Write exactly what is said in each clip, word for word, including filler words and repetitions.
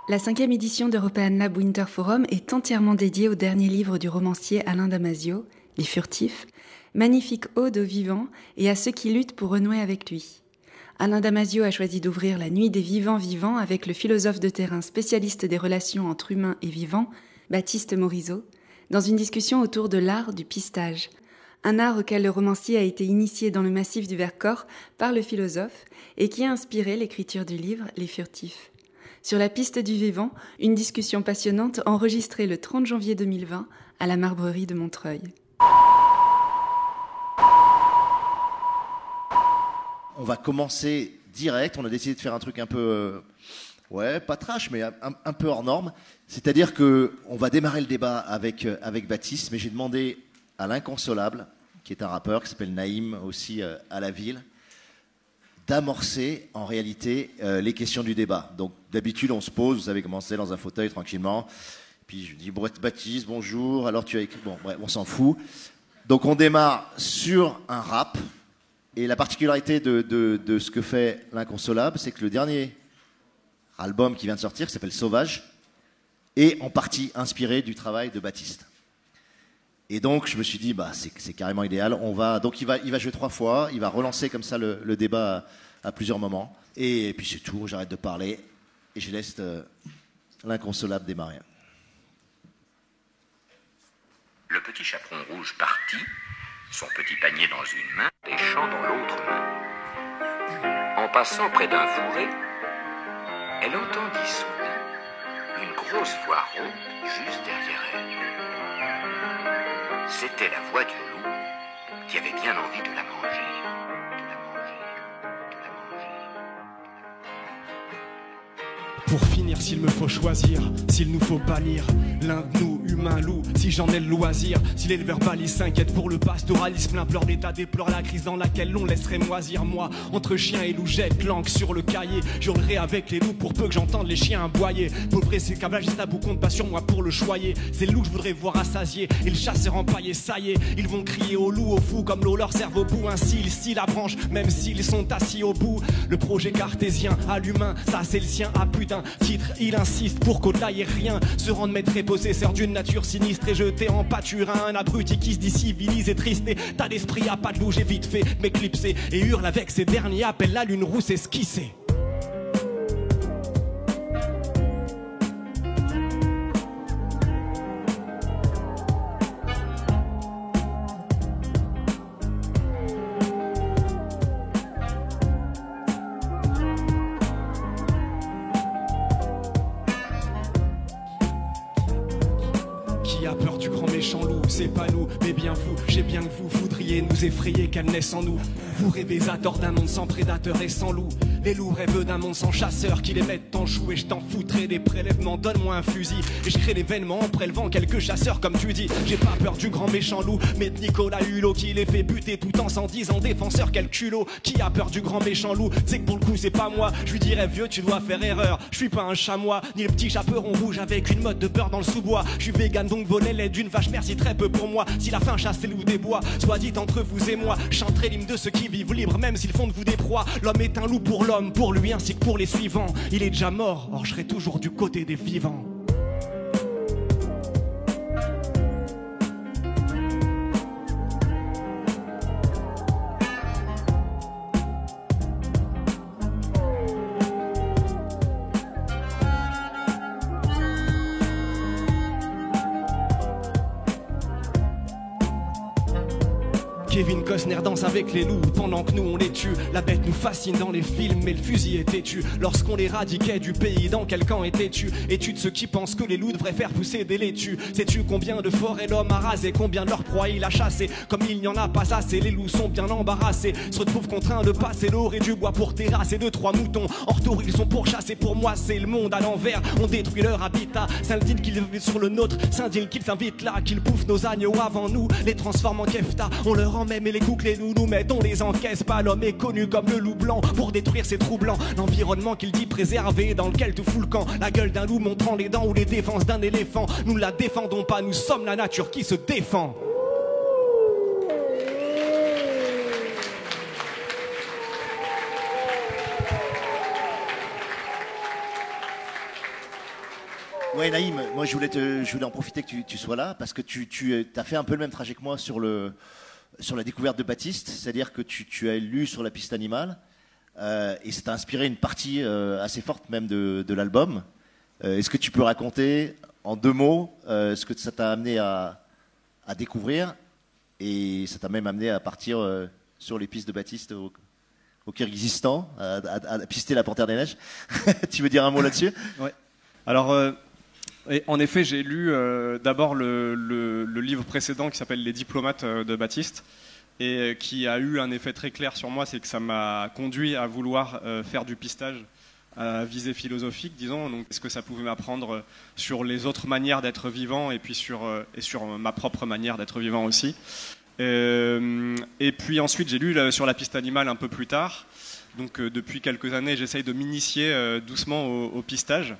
La cinquième édition d'European Lab Winter Forum est entièrement dédiée au dernier livre du romancier Alain Damasio, Les Furtifs, magnifique ode aux vivants et à ceux qui luttent pour renouer avec lui. Alain Damasio a choisi d'ouvrir la nuit des vivants vivants avec le philosophe de terrain spécialiste des relations entre humains et vivants, Baptiste Morisot, dans une discussion autour de l'art du pistage, un art auquel le romancier a été initié dans le massif du Vercors par le philosophe et qui a inspiré l'écriture du livre Les Furtifs. Sur la piste du vivant, une discussion passionnante enregistrée le trente janvier deux mille vingt à la Marbrerie de Montreuil. On va commencer direct, on a décidé de faire un truc un peu, euh, ouais, pas trash, mais un, un peu hors norme. C'est-à-dire qu'on va démarrer le débat avec, euh, avec Baptiste, mais j'ai demandé à l'Inconsolable, qui est un rappeur, qui s'appelle Naïm, aussi euh, à la ville, d'amorcer en réalité euh, les questions du débat. Donc d'habitude on se pose, vous savez comment c'est, dans un fauteuil tranquillement, puis je dis Baptiste bonjour, alors tu as écrit, bon bref on s'en fout. Donc on démarre sur un rap, et la particularité de, de, de ce que fait l'Inconsolable, c'est que le dernier album qui vient de sortir, qui s'appelle Sauvage, est en partie inspiré du travail de Baptiste. Et donc, je me suis dit, bah, c'est, c'est carrément idéal. On va, donc, il va, il va jouer trois fois. Il va relancer comme ça le, le débat à, à plusieurs moments. Et, et puis, c'est tout. J'arrête de parler. Et je laisse euh, l'Inconsolable démarrer. Le petit chaperon rouge partit, son petit panier dans une main, des champs dans l'autre main. En passant près d'un fourré, elle entendit soudain une grosse voix ronde juste derrière elle. C'était la voix du loup qui avait bien envie de la manger, de la manger, de la manger. Pour finir, s'il me faut choisir, s'il nous faut bannir l'un de nous, humain loup, si j'en ai le loisir, si l'éleveur balise s'inquiète pour le pastoralisme, l'implore l'État déplore la crise dans laquelle l'on laisserait moisir. Moi, entre chien et loup, jette l'encre sur le cahier, j'hurlerai avec les loups pour peu que j'entende les chiens aboyer. Pauvré, ces câblages, à bout compte pas sur moi pour le choyer. C'est le loup que je voudrais voir rassasié, et le chasseur empaillé, ça y est, ils vont crier au loup, au fou, comme l'eau leur serve au bout. Ainsi, ils scient la branche, même s'ils sont assis au bout. Le projet cartésien à l'humain, ça c'est le sien, ah putain. Titre, il insiste pour qu'au-delà y ait rien, se rendre maître et possesseur d'une nature sinistre et jeté en pâturin, un abruti qui se dit civilisé, triste et tas d'esprit à pas de loup, j'ai vite fait m'éclipser et hurle avec ses derniers appels la lune rousse esquissée. C'est pas nous, mais bien vous, j'ai bien que vous voudriez nous effrayer qu'elle naisse en nous. Vous rêvez à tort d'un monde sans prédateur et sans loup. Les loups rêvent d'un monde sans chasseurs qui les mettent en joue. Et je t'en foutrai des prélèvements, donne-moi un fusil et je crée l'événement en prélevant quelques chasseurs comme tu dis. J'ai pas peur du grand méchant loup, mais de Nicolas Hulot qui les fait buter tout en s'en disant défenseur, quel culot. Qui a peur du grand méchant loup, c'est que pour le coup c'est pas moi. Je lui dirais vieux tu dois faire erreur, je suis pas un chamois, ni le petit chaperon rouge avec une mode de beurre dans le sous-bois. Je suis vegan donc voler lait d'une vache, merci très peu pour moi. Si la faim chasse les loups des bois, soit dit entre vous et moi, chanterai l'hymne de ceux qui vivent libres même s'ils font de vous des proies. L'homme est un loup pour l'homme, pour lui ainsi que pour les suivants. Il est déjà mort, or je serai toujours du côté des vivants. Kevin Costner danse avec les loups pendant que nous on les tue. La bête nous fascine dans les films mais le fusil est têtu. Lorsqu'on l'éradiquait du pays, dans quel camp étais-tu? Es-tu de ceux qui pensent que les loups devraient faire pousser des laitues? Sais-tu combien de forêts l'homme a rasé, combien de leur proie il a chassé? Comme il n'y en a pas assez, les loups sont bien embarrassés, se retrouvent contraints de passer l'or et du bois pour terrasser deux trois moutons. En retour ils sont pourchassés, pour moi c'est le monde à l'envers. On détruit leur habitat, s'indigne qu'ils vivent sur le nôtre, s'indigne qu'ils s'invitent là, qu'ils bouffent nos agneaux avant nous, les transforment en kefta. On leur en met mais les coups que les loups nous mettent, on les encaisse pas. L'homme est connu comme le loup blanc pour détruire ses troublants. L'environnement qu'il dit préserver, dans lequel tout fout le camp. La gueule d'un loup montrant les dents ou les défenses d'un éléphant. Nous ne la défendons pas, nous sommes la nature qui se défend. Ouais, Naïm, moi je voulais, te, je voulais en profiter que tu, tu sois là parce que tu, tu as fait un peu le même trajet que moi sur, le, sur la découverte de Baptiste, c'est-à-dire que tu, tu as lu sur la piste animale euh, et ça t'a inspiré une partie euh, assez forte même de, de l'album. Euh, est-ce que tu peux raconter en deux mots euh, ce que ça t'a amené à, à découvrir et ça t'a même amené à partir euh, sur les pistes de Baptiste au, au Kirghizistan, à, à, à pister la Panthère des Neiges. Tu veux dire un mot là-dessus? Ouais. Alors, euh, et en effet, j'ai lu euh, d'abord le, le, le livre précédent qui s'appelle Les Diplomates euh, de Baptiste et euh, qui a eu un effet très clair sur moi, c'est que ça m'a conduit à vouloir euh, faire du pistage à visée philosophique, disons. Donc, est-ce que ça pouvait m'apprendre sur les autres manières d'être vivant et puis sur, euh, et sur ma propre manière d'être vivant aussi. Euh, et puis ensuite, j'ai lu euh, sur la piste animale un peu plus tard. Donc, euh, depuis quelques années, j'essaye de m'initier euh, doucement au, au pistage.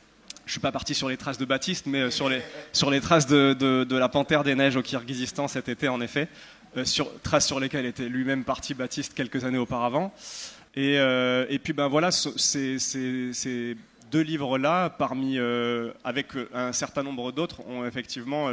Je ne suis pas parti sur les traces de Baptiste, mais sur les, sur les traces de, de, de la Panthère des Neiges au Kirghizistan cet été, en effet. Euh, sur, traces sur lesquelles était lui-même parti Baptiste quelques années auparavant. Et, euh, et puis ben voilà, ces, ces, ces deux livres-là, parmi, euh, avec un certain nombre d'autres, ont effectivement euh,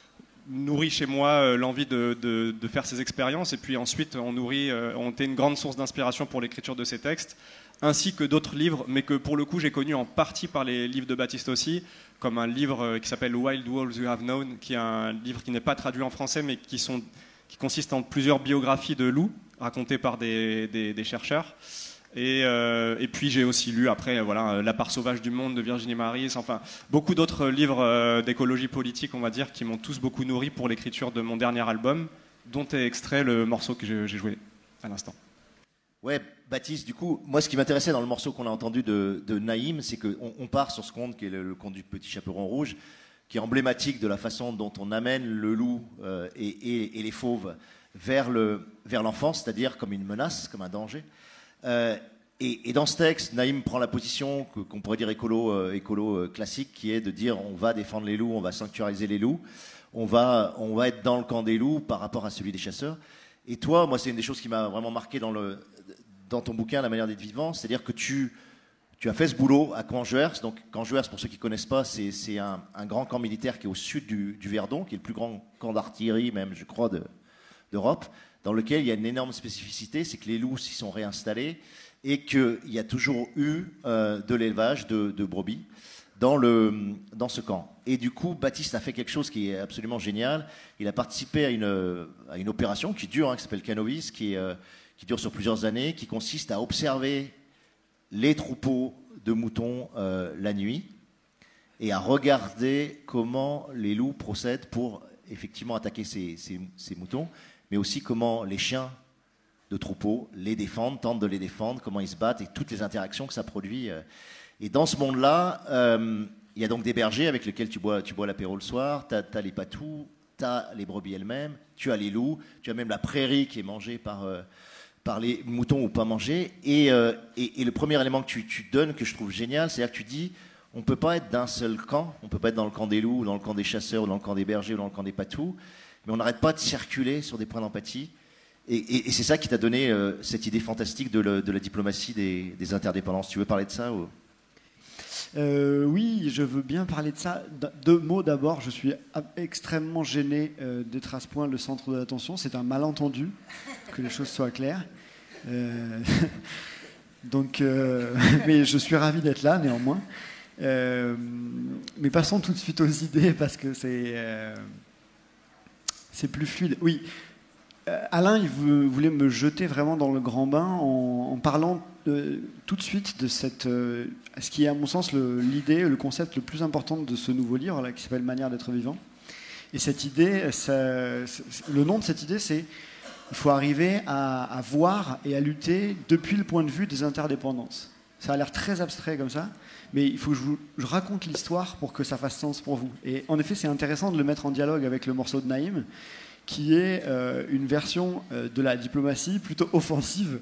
nourri chez moi euh, l'envie de, de, de faire ces expériences. Et puis ensuite, on nourrit, euh, ont été une grande source d'inspiration pour l'écriture de ces textes, ainsi que d'autres livres, mais que pour le coup j'ai connu en partie par les livres de Baptiste aussi, comme un livre qui s'appelle Wild Wolves You Have Known, qui est un livre qui n'est pas traduit en français, mais qui, sont, qui consiste en plusieurs biographies de loups racontées par des, des, des chercheurs. Et, euh, et puis j'ai aussi lu après voilà, La part sauvage du monde de Virginie Maris, enfin beaucoup d'autres livres euh, d'écologie politique, on va dire, qui m'ont tous beaucoup nourri pour l'écriture de mon dernier album, dont est extrait le morceau que j'ai, j'ai joué à l'instant. Ouais, Baptiste, du coup, moi ce qui m'intéressait dans le morceau qu'on a entendu de, de Naïm, c'est qu'on on part sur ce conte qui est le, le conte du petit chaperon rouge, qui est emblématique de la façon dont on amène le loup euh, et, et, et les fauves vers, le, vers l'enfance, c'est-à-dire comme une menace, comme un danger. Euh, et, et dans ce texte, Naïm prend la position que, qu'on pourrait dire écolo, euh, écolo euh, classique, qui est de dire on va défendre les loups, on va sanctuariser les loups, on va, on va être dans le camp des loups par rapport à celui des chasseurs. Et toi, moi c'est une des choses qui m'a vraiment marqué dans, le, dans ton bouquin, La manière d'être vivant, c'est-à-dire que tu, tu as fait ce boulot à Canjuers. Donc Canjuers, pour ceux qui ne connaissent pas, c'est, c'est un, un grand camp militaire qui est au sud du, du Verdon, qui est le plus grand camp d'artillerie même, je crois, de, d'Europe, dans lequel il y a une énorme spécificité, c'est que les loups s'y sont réinstallés et qu'il y a toujours eu euh, de l'élevage de, de brebis dans, le, dans ce camp. Et du coup, Baptiste a fait quelque chose qui est absolument génial. Il a participé à une, à une opération qui dure, hein, qui s'appelle Canovis, qui, est, euh, qui dure sur plusieurs années, qui consiste à observer les troupeaux de moutons euh, la nuit et à regarder comment les loups procèdent pour effectivement attaquer ces, ces, ces moutons, mais aussi comment les chiens de troupeaux les défendent, tentent de les défendre, comment ils se battent et toutes les interactions que ça produit. Et dans ce monde-là, euh, il y a donc des bergers avec lesquels tu bois, tu bois l'apéro le soir, tu as les patous, tu as les brebis elles-mêmes, tu as les loups, tu as même la prairie qui est mangée par, euh, par les moutons ou pas mangée. Et, euh, et, et le premier élément que tu, tu donnes, que je trouve génial, c'est-à-dire que tu dis on ne peut pas être d'un seul camp, on ne peut pas être dans le camp des loups, ou dans le camp des chasseurs, ou dans le camp des bergers, ou dans le camp des patous, mais on n'arrête pas de circuler sur des points d'empathie. Et, et, et c'est ça qui t'a donné euh, cette idée fantastique de, le, de la diplomatie des, des interdépendances. Tu veux parler de ça ou... euh, Oui, je veux bien parler de ça. Deux mots d'abord. Je suis extrêmement gêné euh, d'être à ce point le centre de l'attention. C'est un malentendu, que les choses soient claires. Euh, donc, euh, mais je suis ravi d'être là, néanmoins. Euh, mais passons tout de suite aux idées, parce que c'est, euh, c'est plus fluide. Oui. Alain, il voulait me jeter vraiment dans le grand bain en, en parlant de, tout de suite de cette, euh, ce qui est à mon sens le, l'idée, le concept le plus important de ce nouveau livre là, qui s'appelle Manière d'être vivant. Et cette idée, ça, le nom de cette idée, c'est il faut arriver à, à voir et à lutter depuis le point de vue des interdépendances. Ça a l'air très abstrait comme ça, mais il faut que je, vous, je raconte l'histoire pour que ça fasse sens pour vous. Et en effet, c'est intéressant de le mettre en dialogue avec le morceau de Naïm, qui est euh, une version euh, de la diplomatie plutôt offensive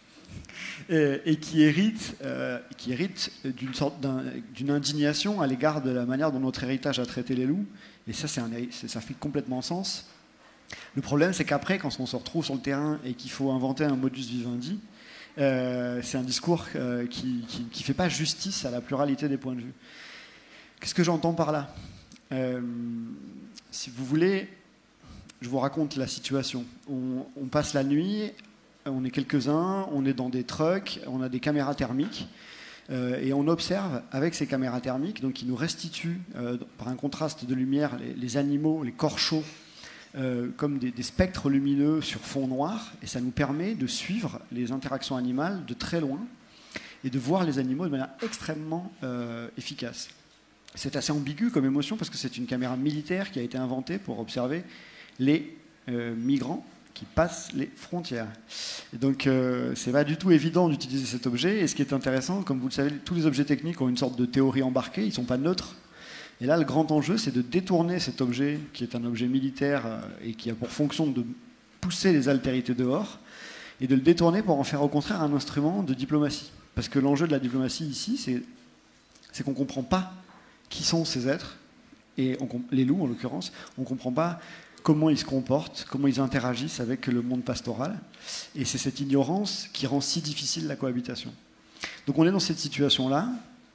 et, et qui hérite, euh, qui hérite d'une sorte d'un, d'une indignation à l'égard de la manière dont notre héritage a traité les loups. Et ça, c'est un, c'est, ça fait complètement sens. Le problème, c'est qu'après, quand on se retrouve sur le terrain et qu'il faut inventer un modus vivendi, euh, c'est un discours euh, qui ne fait pas justice à la pluralité des points de vue. Qu'est-ce que j'entends par là ? euh, Si vous voulez, je vous raconte la situation. On, on passe la nuit, on est quelques-uns, on est dans des trucks, on a des caméras thermiques, euh, et on observe avec ces caméras thermiques, donc qui nous restituent euh, par un contraste de lumière les, les animaux, les corps chauds, euh, comme des, des spectres lumineux sur fond noir, et ça nous permet de suivre les interactions animales de très loin et de voir les animaux de manière extrêmement euh, efficace. C'est assez ambigu comme émotion parce que c'est une caméra militaire qui a été inventée pour observer les euh, migrants qui passent les frontières. Et donc, euh, c'est pas du tout évident d'utiliser cet objet. Et ce qui est intéressant, comme vous le savez, tous les objets techniques ont une sorte de théorie embarquée, ils ne sont pas neutres. Et là, le grand enjeu, c'est de détourner cet objet, qui est un objet militaire euh, et qui a pour fonction de pousser les altérités dehors, et de le détourner pour en faire au contraire un instrument de diplomatie. Parce que l'enjeu de la diplomatie ici, c'est, c'est qu'on ne comprend pas qui sont ces êtres, et on, les loups en l'occurrence, on ne comprend pas comment ils se comportent, comment ils interagissent avec le monde pastoral. Et c'est cette ignorance qui rend si difficile la cohabitation. Donc on est dans cette situation-là.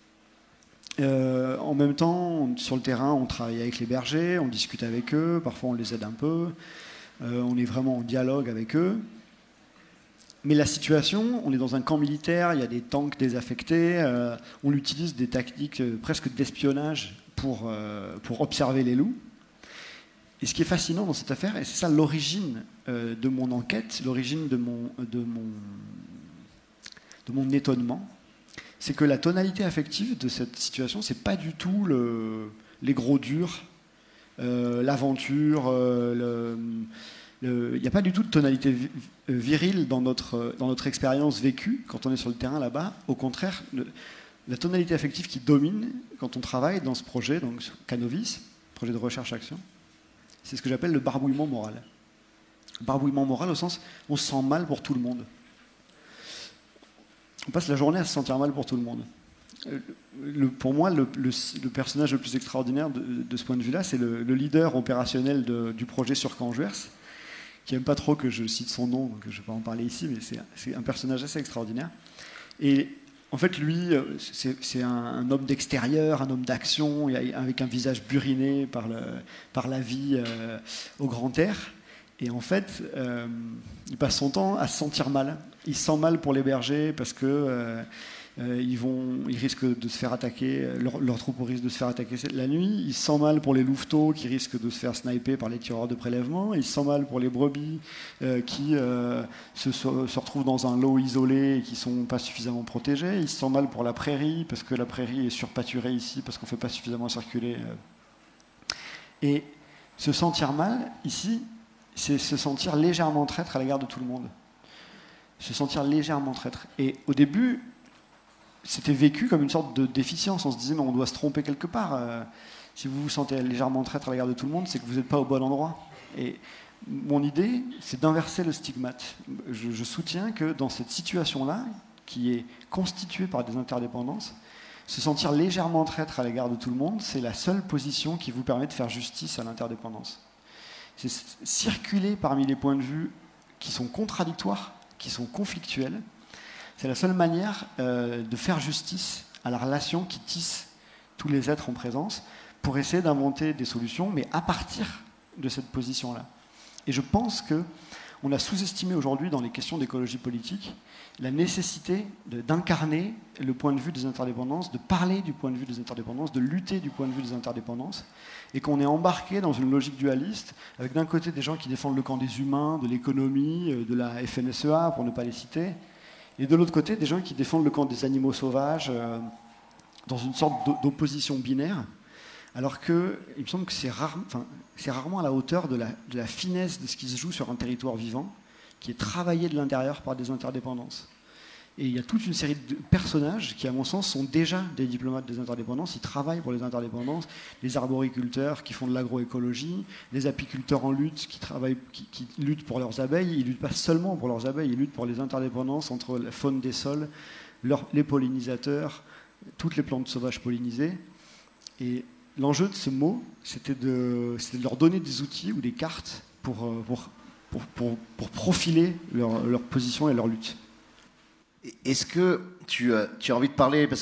Euh, en même temps, on, sur le terrain, on travaille avec les bergers, on discute avec eux, parfois on les aide un peu, euh, on est vraiment en dialogue avec eux. Mais la situation, on est dans un camp militaire, il y a des tanks désaffectés, euh, on utilise des tactiques euh, presque d'espionnage pour, euh, pour observer les loups. Et ce qui est fascinant dans cette affaire, et c'est ça l'origine euh, de mon enquête, l'origine de mon, de, mon, de mon étonnement, c'est que la tonalité affective de cette situation, c'est pas du tout le, les gros durs, euh, l'aventure, euh, le... Il n'y a pas du tout de tonalité virile dans notre, dans notre expérience vécue quand on est sur le terrain là-bas. Au contraire, le, la tonalité affective qui domine quand on travaille dans ce projet, donc Canovis, projet de recherche-action, c'est ce que j'appelle le barbouillement moral. Le barbouillement moral au sens on se sent mal pour tout le monde. On passe la journée à se sentir mal pour tout le monde. Le, pour moi, le, le, le personnage le plus extraordinaire de, de ce point de vue-là, c'est le, le leader opérationnel de, du projet sur Canjuers, qui n'aime pas trop que je cite son nom, donc je ne vais pas en parler ici, mais c'est, c'est un personnage assez extraordinaire. Et en fait, lui, c'est, c'est un, un homme d'extérieur, un homme d'action, avec un visage buriné par, le, par la vie euh, au grand air. Et en fait, euh, il passe son temps à se sentir mal. Il se sent mal pour les bergers parce que euh, euh, ils, vont, ils risquent de se faire attaquer, leur, leur troupeau risque de se faire attaquer la nuit. Il se sent mal pour les louveteaux qui risquent de se faire sniper par les tireurs de prélèvement. Il se sent mal pour les brebis euh, qui euh, se, se retrouvent dans un lot isolé et qui ne sont pas suffisamment protégés. Il se sent mal pour la prairie parce que la prairie est surpâturée ici parce qu'on ne fait pas suffisamment circuler. Et se sentir mal, ici, c'est se sentir légèrement traître à l'égard de tout le monde. Se sentir légèrement traître. Et au début, c'était vécu comme une sorte de déficience. On se disait, mais on doit se tromper quelque part. Euh, si vous vous sentez légèrement traître à l'égard de tout le monde, c'est que vous n'êtes pas au bon endroit. Et mon idée, c'est d'inverser le stigmate. Je, je soutiens que dans cette situation-là, qui est constituée par des interdépendances, se sentir légèrement traître à l'égard de tout le monde, c'est la seule position qui vous permet de faire justice à l'interdépendance. C'est circuler parmi les points de vue qui sont contradictoires, qui sont conflictuels. C'est la seule manière euh, de faire justice à la relation qui tisse tous les êtres en présence pour essayer d'inventer des solutions, mais à partir de cette position-là. Et je pense qu'on a sous-estimé aujourd'hui dans les questions d'écologie politique la nécessité de, d'incarner le point de vue des interdépendances, de parler du point de vue des interdépendances, de lutter du point de vue des interdépendances, et qu'on est embarqué dans une logique dualiste, avec d'un côté des gens qui défendent le camp des humains, de l'économie, de la F N S E A, pour ne pas les citer, et de l'autre côté des gens qui défendent le camp des animaux sauvages, euh, dans une sorte d'opposition binaire, alors qu'il me semble que c'est, rare, enfin, c'est rarement à la hauteur de la, de la finesse de ce qui se joue sur un territoire vivant, qui est travaillé de l'intérieur par des interdépendances. Et il y a toute une série de personnages qui, à mon sens, sont déjà des diplomates des interdépendances. Ils travaillent pour les interdépendances, les arboriculteurs qui font de l'agroécologie, les apiculteurs en lutte qui, travaillent, qui, qui luttent pour leurs abeilles. Ils ne luttent pas seulement pour leurs abeilles, ils luttent pour les interdépendances entre la faune des sols, leur, les pollinisateurs, toutes les plantes sauvages pollinisées. Et l'enjeu de ce mot, c'était de, c'était de leur donner des outils ou des cartes pour, pour, pour, pour, pour profiler leur, leur position et leur lutte. Est-ce que tu, euh, tu as envie de parler, parce que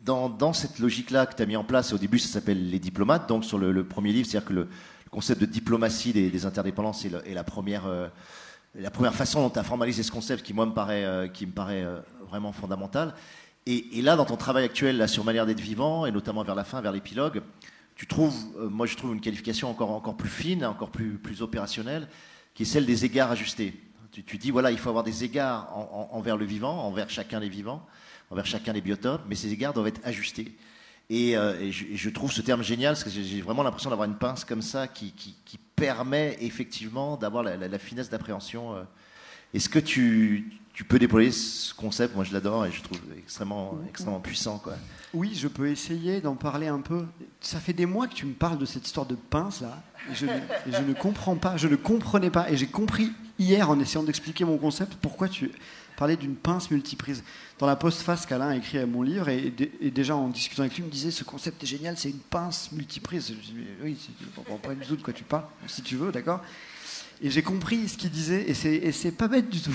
dans, dans cette logique-là que tu as mis en place, au début ça s'appelle les diplomates, donc sur le, le premier livre, c'est-à-dire que le, le concept de diplomatie des, des interdépendances est, le, est la, première, euh, la première façon dont tu as formalisé ce concept qui, moi, me paraît, euh, qui me paraît euh, vraiment fondamental. Et, et là, dans ton travail actuel là, sur Manière d'être vivant, et notamment vers la fin, vers l'épilogue, tu trouves, euh, moi je trouve une qualification encore, encore plus fine, encore plus, plus opérationnelle, qui est celle des égards ajustés. Tu, tu dis, voilà, il faut avoir des égards en, en, envers le vivant, envers chacun des vivants, envers chacun des biotopes, mais ces égards doivent être ajustés. Et, euh, et, je, et je trouve ce terme génial, parce que j'ai vraiment l'impression d'avoir une pince comme ça qui, qui, qui permet effectivement d'avoir la, la, la finesse d'appréhension. Est-ce que tu, tu peux déployer ce concept? Moi je l'adore et je trouve extrêmement, extrêmement puissant, quoi. Oui, je peux essayer d'en parler un peu. Ça fait des mois que tu me parles de cette histoire de pince là, et je, et je ne comprends pas, je ne comprenais pas, et j'ai compris hier en essayant d'expliquer mon concept pourquoi tu parlais d'une pince multiprise. Dans la postface qu'Alain a écrit à mon livre, et, et déjà en discutant avec lui, il me disait ce concept est génial, c'est une pince multiprise. Je dis oui, je ne comprends pas du tout de quoi tu parles, si tu veux, d'accord. Et j'ai compris ce qu'il disait, et c'est, et c'est pas bête du tout.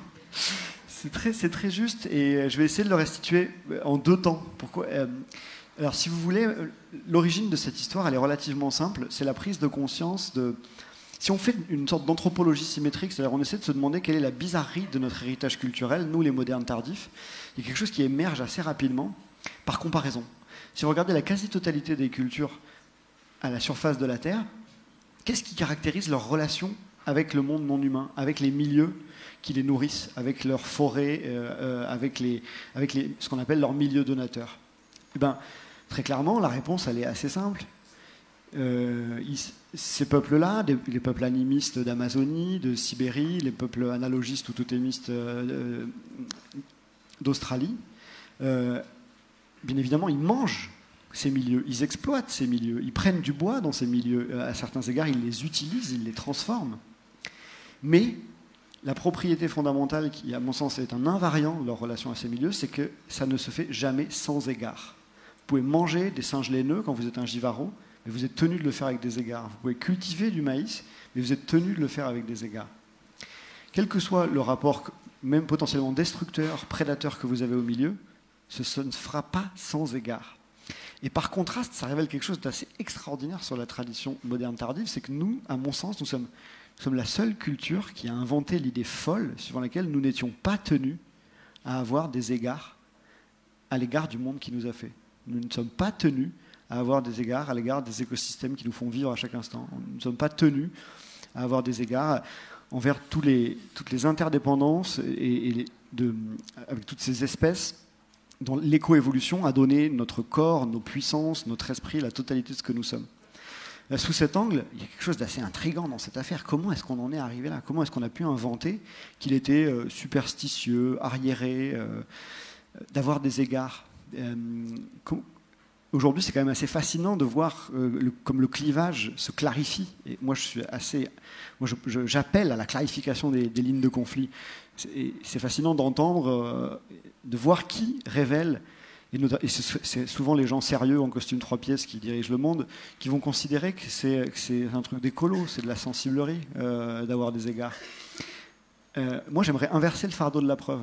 C'est très, c'est très juste, et je vais essayer de le restituer en deux temps. Pourquoi ? euh, Alors, si vous voulez, l'origine de cette histoire, elle est relativement simple. C'est la prise de conscience de... Si on fait une sorte d'anthropologie symétrique, c'est-à-dire on essaie de se demander quelle est la bizarrerie de notre héritage culturel, nous les modernes tardifs, il y a quelque chose qui émerge assez rapidement par comparaison. Si vous regardez la quasi-totalité des cultures à la surface de la Terre, qu'est-ce qui caractérise leur relation avec le monde non humain, avec les milieux qui les nourrissent, avec leurs forêts, euh, euh, avec, les, avec les, ce qu'on appelle leurs milieux donateurs? Eh ben, très clairement, la réponse, elle est assez simple. Euh, ils, ces peuples-là, des, les peuples animistes d'Amazonie, de Sibérie, les peuples analogistes ou totémistes euh, d'Australie, euh, bien évidemment, ils mangent ces milieux, ils exploitent ces milieux, ils prennent du bois dans ces milieux. À certains égards, ils les utilisent, ils les transforment. Mais la propriété fondamentale, qui à mon sens est un invariant de leur relation à ces milieux, c'est que ça ne se fait jamais sans égard. Vous pouvez manger des singes laineux quand vous êtes un givaro, mais vous êtes tenu de le faire avec des égards. Vous pouvez cultiver du maïs, mais vous êtes tenu de le faire avec des égards. Quel que soit le rapport, même potentiellement destructeur, prédateur que vous avez au milieu, ce ne se fera pas sans égard. Et par contraste, ça révèle quelque chose d'assez extraordinaire sur la tradition moderne tardive, c'est que nous, à mon sens, nous sommes, nous sommes la seule culture qui a inventé l'idée folle suivant laquelle nous n'étions pas tenus à avoir des égards à l'égard du monde qui nous a fait. Nous ne sommes pas tenus à avoir des égards à l'égard des écosystèmes qui nous font vivre à chaque instant. Nous ne sommes pas tenus à avoir des égards envers tous les, toutes les interdépendances et, et les, de, avec toutes ces espèces dont l'écoévolution a donné notre corps, nos puissances, notre esprit, la totalité de ce que nous sommes. Sous cet angle, il y a quelque chose d'assez intriguant dans cette affaire. Comment est-ce qu'on en est arrivé là? Comment est-ce qu'on a pu inventer qu'il était euh, superstitieux, arriéré, euh, d'avoir des égards? euh, Aujourd'hui, c'est quand même assez fascinant de voir euh, le, comme le clivage se clarifie. Et moi, je suis assez, moi, je, je, j'appelle à la clarification des, des lignes de conflit. C'est, c'est fascinant d'entendre, euh, de voir qui révèle, et, et c'est, c'est souvent les gens sérieux en costume trois pièces qui dirigent le monde, qui vont considérer que c'est, que c'est un truc d'écolo, c'est de la sensiblerie euh, d'avoir des égards. Euh, moi, j'aimerais inverser le fardeau de la preuve.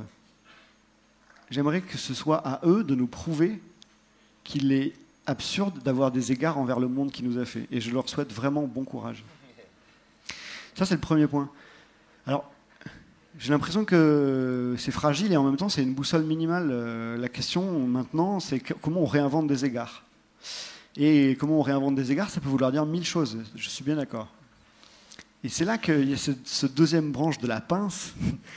J'aimerais que ce soit à eux de nous prouver qu'il est absurde d'avoir des égards envers le monde qui nous a fait. Et je leur souhaite vraiment bon courage. Ça, c'est le premier point. Alors, j'ai l'impression que c'est fragile et en même temps, c'est une boussole minimale. Euh, la question, maintenant, c'est que, comment on réinvente des égards. Et comment on réinvente des égards, ça peut vouloir dire mille choses. Je suis bien d'accord. Et c'est là qu'il y a ce, ce deuxième branche de la pince,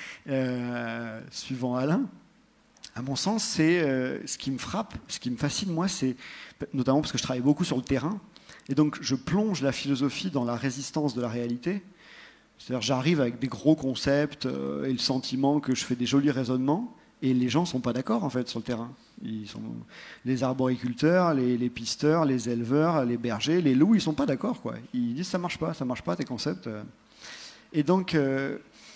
euh, suivant Alain. À mon sens, c'est euh, ce qui me frappe, ce qui me fascine, moi, c'est notamment parce que je travaille beaucoup sur le terrain, et donc je plonge la philosophie dans la résistance de la réalité. C'est-à-dire, j'arrive avec des gros concepts euh, et le sentiment que je fais des jolis raisonnements, et les gens ne sont pas d'accord, en fait, sur le terrain. Ils sont, les arboriculteurs, les, les pisteurs, les éleveurs, les bergers, les loups, ils ne sont pas d'accord, quoi. Ils disent, ça ne marche pas, ça ne marche pas, tes concepts. Et donc, euh,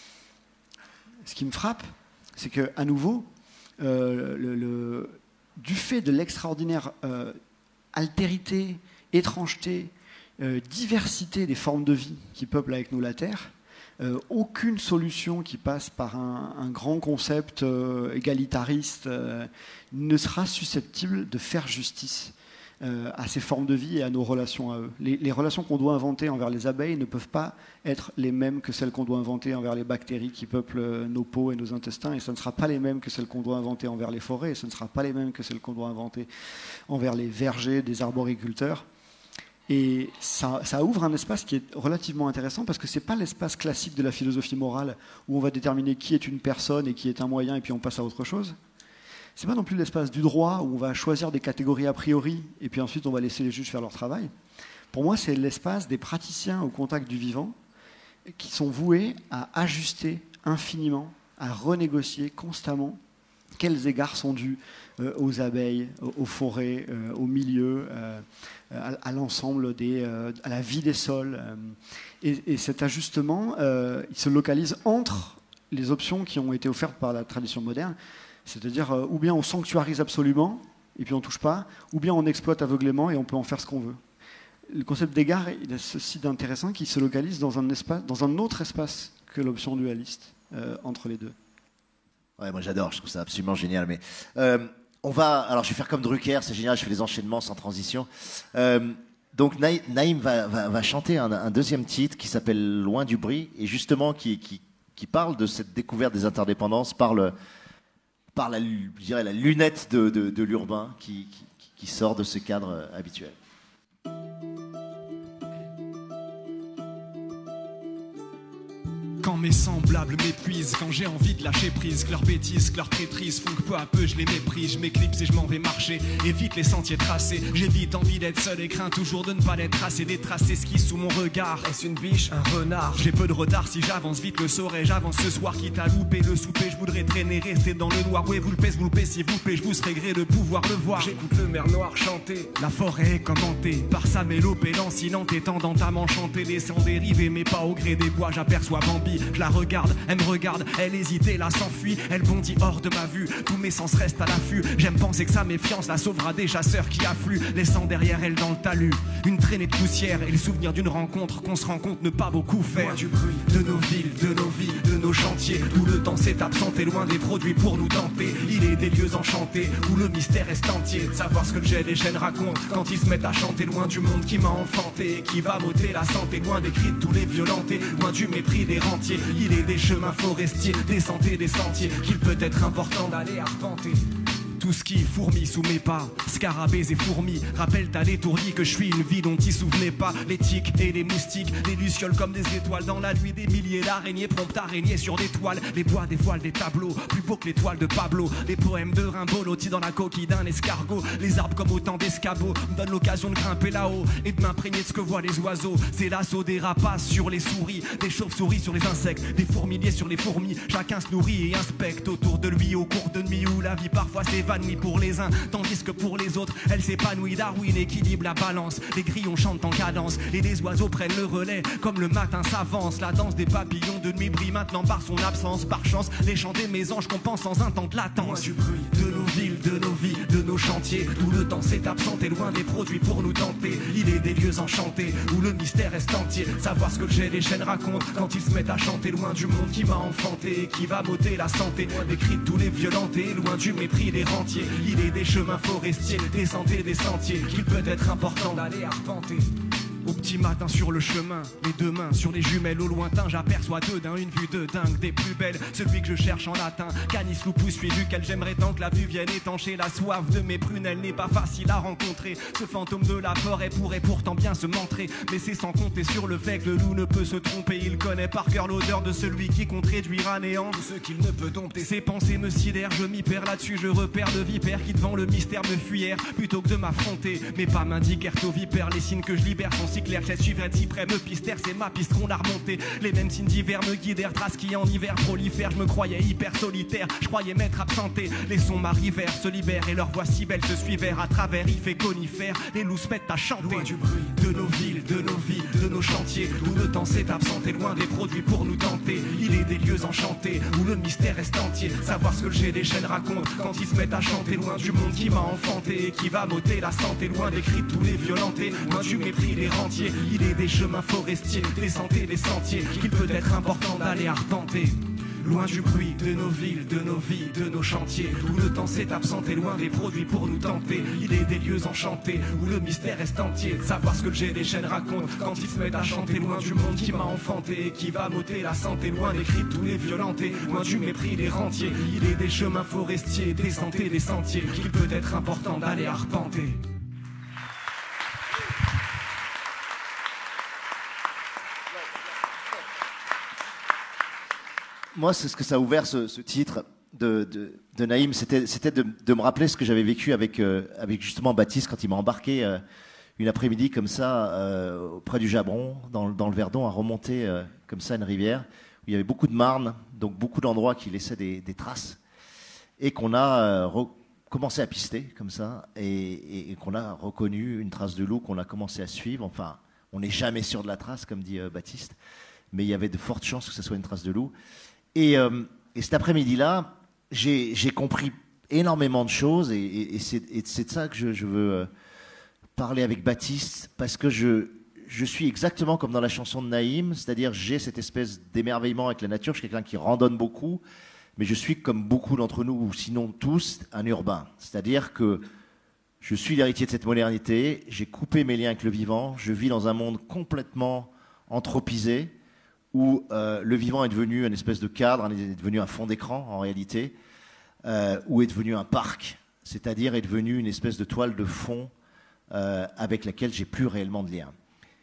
ce qui me frappe, c'est qu'à nouveau, Euh, le, le, du fait de l'extraordinaire euh, altérité, étrangeté, euh, diversité des formes de vie qui peuplent avec nous la Terre, Euh, aucune solution qui passe par un, un grand concept euh, égalitariste euh, ne sera susceptible de faire justice euh, à ces formes de vie et à nos relations à eux. Les, les relations qu'on doit inventer envers les abeilles ne peuvent pas être les mêmes que celles qu'on doit inventer envers les bactéries qui peuplent nos peaux et nos intestins, et ce ne sera pas les mêmes que celles qu'on doit inventer envers les forêts, et ce ne sera pas les mêmes que celles qu'on doit inventer envers les vergers des arboriculteurs. Et ça, ça ouvre un espace qui est relativement intéressant parce que ce n'est pas l'espace classique de la philosophie morale où on va déterminer qui est une personne et qui est un moyen et puis on passe à autre chose. Ce n'est pas non plus l'espace du droit où on va choisir des catégories a priori et puis ensuite on va laisser les juges faire leur travail. Pour moi, c'est l'espace des praticiens au contact du vivant qui sont voués à ajuster infiniment, à renégocier constamment quels égards sont dus euh, aux abeilles, aux, aux forêts, euh, aux milieux, euh, à, à l'ensemble des, euh, à la vie des sols. Euh, et, et cet ajustement, euh, il se localise entre les options qui ont été offertes par la tradition moderne, c'est-à-dire euh, ou bien on sanctuarise absolument et puis on ne touche pas, ou bien on exploite aveuglément et on peut en faire ce qu'on veut. Le concept d'égard, il a ceci d'intéressant qui se localise dans un, espace, dans un autre espace que l'option dualiste euh, entre les deux. Ouais, moi j'adore, je trouve ça absolument génial. Mais euh, on va, alors je vais faire comme Drucker, c'est génial, je fais les enchaînements sans transition. Euh, donc Naïm va, va, va chanter un, un deuxième titre qui s'appelle Loin du bruit et justement qui, qui, qui parle de cette découverte des interdépendances par, le, par la, je dirais, la lunette de, de, de l'urbain qui, qui, qui sort de ce cadre habituel. Quand mes semblables m'épuisent, quand j'ai envie de lâcher prise, que leurs bêtises, que leurs traîtrises font que peu à peu je les méprise, je m'éclipse et je m'en vais marcher, évite les sentiers tracés, j'ai vite envie d'être seul et crains toujours de ne pas l'être tracé, des traces esquisses sous mon regard, est-ce une biche, un renard, j'ai peu de retard si j'avance vite le saurais, j'avance ce soir quitte à louper le souper, je voudrais traîner, rester dans le noir, ouais vous le pèse, vous le pèse, s'il vous plaît, je vous serais gré de pouvoir le voir, j'écoute le mer noir chanter, la forêt est commentée, par sa mélopée lancinante et tendant à m'enchanter, laissant dériver mais pas au gré des bois, j'aperçois Bambi, je la regarde, elle me regarde, elle hésite et là s'enfuit, elle bondit hors de ma vue, tous mes sens restent à l'affût, j'aime penser que sa méfiance la sauvera des chasseurs qui affluent, laissant derrière elle dans le talus, une traînée de poussière et le souvenir d'une rencontre qu'on se rend compte ne pas beaucoup faire. Loin du bruit de nos villes, de nos vies, de nos chantiers, où le temps s'est absenté, loin des produits pour nous tenter, il est des lieux enchantés, où le mystère est entier, de savoir ce que le jet des chaînes raconte, quand ils se mettent à chanter, loin du monde qui m'a enfanté, qui va m'ôter la santé, loin des cris de tous les violentés, loin du mépris des rentiers, il est des chemins forestiers, des sentiers, des sentiers qu'il peut être important d'aller arpenter. Tout ce qui fourmille sous mes pas, scarabées et fourmis, rappellent à l'étourdi que je suis une vie dont ils souvenaient pas. Les tiques et les moustiques, les lucioles comme des étoiles dans la nuit, des milliers d'araignées promptes araignées sur des toiles. Les bois des voiles, des tableaux, plus beaux que les toiles de Pablo. Les poèmes de Rimbaud lotis dans la coquille d'un escargot. Les arbres comme autant d'escabeaux me donnent l'occasion de grimper là-haut et de m'imprégner de ce que voient les oiseaux. C'est l'assaut des rapaces sur les souris, des chauves-souris sur les insectes, des fourmiliers sur les fourmis. Chacun se nourrit et inspecte autour de lui au cours de nuit où la vie parfois s'évanouit pour les uns, tandis que pour les autres, elle s'épanouit. Darwin équilibre la balance, les grillons chantent en cadence et les oiseaux prennent le relais comme le matin s'avance. La danse des papillons de nuit brille maintenant par son absence. Par chance, les chants des mésanges compensent sans un temps de latence. Du bruit de nos villes, de nos vies, de nos chantiers, où le temps s'est absenté, loin des produits pour nous tenter. Il est des lieux enchantés, où le mystère est entier. Savoir ce que le jet des chaînes raconte quand ils se mettent à chanter, loin du monde qui m'a enfanté, qui va m'ôter la santé, loin des cris de tous les violentés, loin du mépris des rentiers. Il est des chemins forestiers, des sentiers, des sentiers qu'il peut être important d'aller arpenter. Au petit matin sur le chemin, les deux mains sur les jumelles au lointain, j'aperçois deux d'un, une vue de dingue, des plus belles, celui que je cherche en latin, Canis lupus fui duquel j'aimerais tant que la vue vienne étancher la soif de mes prunelles, n'est pas facile à rencontrer. Ce fantôme de la forêt pourrait pourtant bien se montrer, mais c'est sans compter sur le fait que le loup ne peut se tromper. Il connaît par cœur l'odeur de celui qui compte réduire à néant tout ce qu'il ne peut dompter. Ses pensées me sidèrent, je m'y perds là-dessus, je repère le vipère qui devant le mystère me fuyèrent plutôt que de m'affronter. Mes pas m'indiquèrent au vipère, les signes que je libère sont si clair, je suivrai de si près, me pistère, c'est ma piste qu'on a remontée. Les mêmes signes d'hiver me guidèrent, traces qui en hiver prolifèrent. Je me croyais hyper solitaire, je croyais m'être absenté. Les sons m'arrivèrent, se libèrent et leurs voix si belles se suivèrent à travers, il fait conifère. Les loups se mettent à chanter. Loin du bruit de nos villes, de nos vies, de nos chantiers, où le temps s'est absenté, loin des produits pour nous tenter. Il est des lieux enchantés, où le mystère reste entier. Savoir ce que le G des chaînes raconte quand ils se mettent à chanter, loin du monde qui m'a enfanté et qui va m'ôter la santé, loin des cris de tous les violentés, loin du mépris des rentiers. Il est des chemins forestiers, des sentiers, des sentiers, qu'il peut être important d'aller arpenter. Loin du bruit de nos villes, de nos vies, de nos chantiers, où le temps s'est absenté, loin des produits pour nous tenter. Il est des lieux enchantés, où le mystère reste entier. De savoir ce que le G des chaînes raconte quand ils se mettent à chanter, loin du monde qui m'a enfanté et qui va m'ôter la santé, loin des cris de tous les violentés, loin du mépris des rentiers. Il est des chemins forestiers, des sentiers, des sentiers, qu'il peut être important d'aller arpenter. Moi, c'est ce que ça a ouvert, ce, ce titre de, de, de Naïm, c'était, c'était de, de me rappeler ce que j'avais vécu avec, euh, avec justement Baptiste quand il m'a embarqué euh, une après-midi comme ça, euh, auprès du Jabron, dans, dans le Verdon, à remonter euh, comme ça une rivière, où il y avait beaucoup de marne, donc beaucoup d'endroits qui laissaient des, des traces, et qu'on a euh, re- commencé à pister comme ça, et, et, et qu'on a reconnu une trace de loup qu'on a commencé à suivre. Enfin, on n'est jamais sûr de la trace, comme dit euh, Baptiste, mais il y avait de fortes chances que ce soit une trace de loup. Et, euh, et cet après-midi-là, j'ai, j'ai compris énormément de choses, et, et, et, c'est, et c'est de ça que je, je veux euh, parler avec Baptiste, parce que je, je suis exactement comme dans la chanson de Naïm, c'est-à-dire j'ai cette espèce d'émerveillement avec la nature. Je suis quelqu'un qui randonne beaucoup, mais je suis comme beaucoup d'entre nous, ou sinon tous, un urbain. C'est-à-dire que je suis l'héritier de cette modernité, j'ai coupé mes liens avec le vivant, je vis dans un monde complètement anthropisé, où euh, le vivant est devenu une espèce de cadre, est devenu un fond d'écran en réalité, euh, où est devenu un parc, c'est-à-dire est devenu une espèce de toile de fond euh, avec laquelle j'ai plus réellement de lien.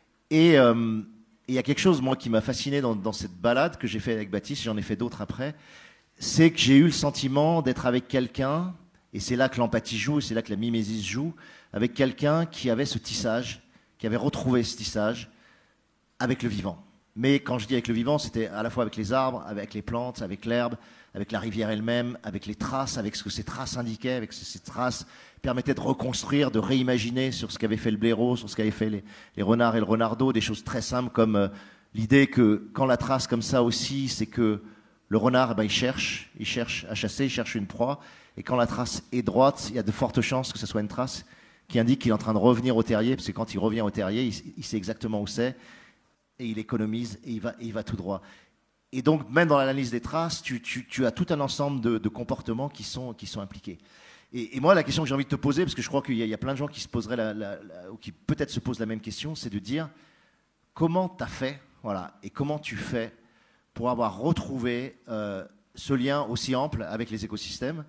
Et euh, il y a quelque chose, moi, qui m'a fasciné dans, dans cette balade que j'ai fait avec Baptiste, j'en ai fait d'autres après, c'est que j'ai eu le sentiment d'être avec quelqu'un, et c'est là que l'empathie joue, et c'est là que la mimésis joue, avec quelqu'un qui avait ce tissage, qui avait retrouvé ce tissage avec le vivant. Mais quand je dis avec le vivant, c'était à la fois avec les arbres, avec les plantes, avec l'herbe, avec la rivière elle-même, avec les traces, avec ce que ces traces indiquaient, avec ce que ces traces permettaient de reconstruire, de réimaginer sur ce qu'avait fait le blaireau, sur ce qu'avaient fait les, les renards et le renardeau, des choses très simples comme euh, l'idée que quand la trace comme ça aussi, c'est que le renard, eh ben, il cherche, il cherche à chasser, il cherche une proie, et quand la trace est droite, il y a de fortes chances que ce soit une trace qui indique qu'il est en train de revenir au terrier, parce que quand il revient au terrier, il, il sait exactement où c'est, et il économise, et il va, et il va tout droit. Et donc, même dans l'analyse des traces, tu, tu, tu as tout un ensemble de, de comportements qui sont, qui sont impliqués. Et, et moi, la question que j'ai envie de te poser, parce que je crois qu'il y a, il y a plein de gens qui se poseraient, la, la, la, ou qui peut-être se posent la même question, c'est de dire comment tu as fait, voilà, et comment tu fais pour avoir retrouvé euh, ce lien aussi ample avec les écosystèmes.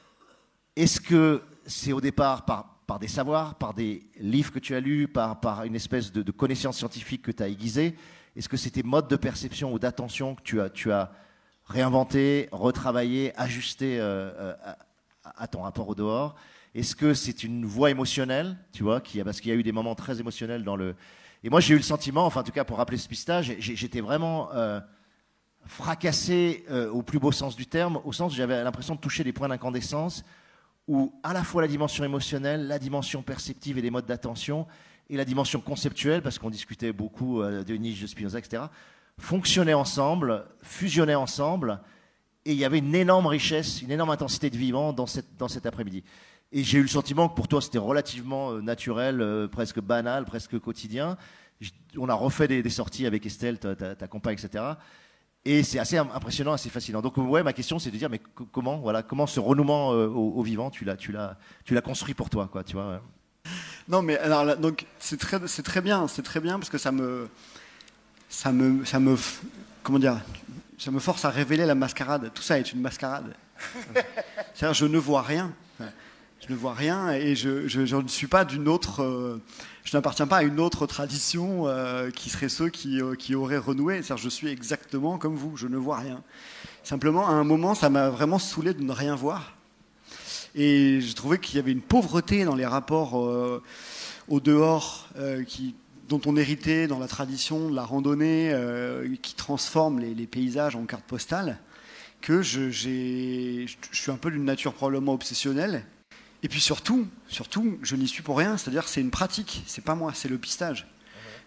Est-ce que c'est au départ par par des savoirs, par des livres que tu as lus, par, par une espèce de, de connaissance scientifique que tu as aiguisée? Est-ce que c'est tes modes de perception ou d'attention que tu as, tu as réinventé, retravaillé, ajusté euh, à, à ton rapport au dehors? Est-ce que c'est une voie émotionnelle, tu vois, qui, parce qu'il y a eu des moments très émotionnels dans le... Et moi, j'ai eu le sentiment, enfin, en tout cas, pour rappeler ce pistage, j'étais vraiment euh, fracassé euh, au plus beau sens du terme, au sens où j'avais l'impression de toucher des points d'incandescence, où à la fois la dimension émotionnelle, la dimension perceptive et des modes d'attention, et la dimension conceptuelle, parce qu'on discutait beaucoup euh, de Nietzsche, de Spinoza, et cetera, fonctionnaient ensemble, fusionnaient ensemble, et il y avait une énorme richesse, une énorme intensité de vivant dans, cette, dans cet après-midi. Et j'ai eu le sentiment que pour toi, c'était relativement euh, naturel, euh, presque banal, presque quotidien. Je, on a refait des, des sorties avec Estelle, ta, ta, ta compagne, et cetera. Et c'est assez impressionnant, assez fascinant. Donc ouais, ma question c'est de dire, mais c- comment, voilà, comment ce renouement euh, au, au vivant, tu l'as, tu l'as, tu l'as construit pour toi, quoi, tu vois. Ouais. Non, mais alors là, donc c'est très, c'est très bien, c'est très bien parce que ça me, ça me, ça me, comment dire, ça me force à révéler la mascarade. Tout ça est une mascarade. C'est-à-dire, je ne vois rien. Je ne vois rien et je, je, je ne suis pas d'une autre. Euh, je n'appartiens pas à une autre tradition euh, qui serait ceux qui, euh, qui auraient renoué. C'est-à-dire, je suis exactement comme vous. Je ne vois rien. Simplement, à un moment, ça m'a vraiment saoulé de ne rien voir. Et je trouvais qu'il y avait une pauvreté dans les rapports euh, au dehors euh, qui, dont on héritait dans la tradition de la randonnée, euh, qui transforme les, les paysages en cartes postales, que je, j'ai, je suis un peu d'une nature probablement obsessionnelle. Et puis surtout, surtout, je n'y suis pour rien, c'est-à-dire que c'est une pratique, c'est pas moi, c'est le pistage.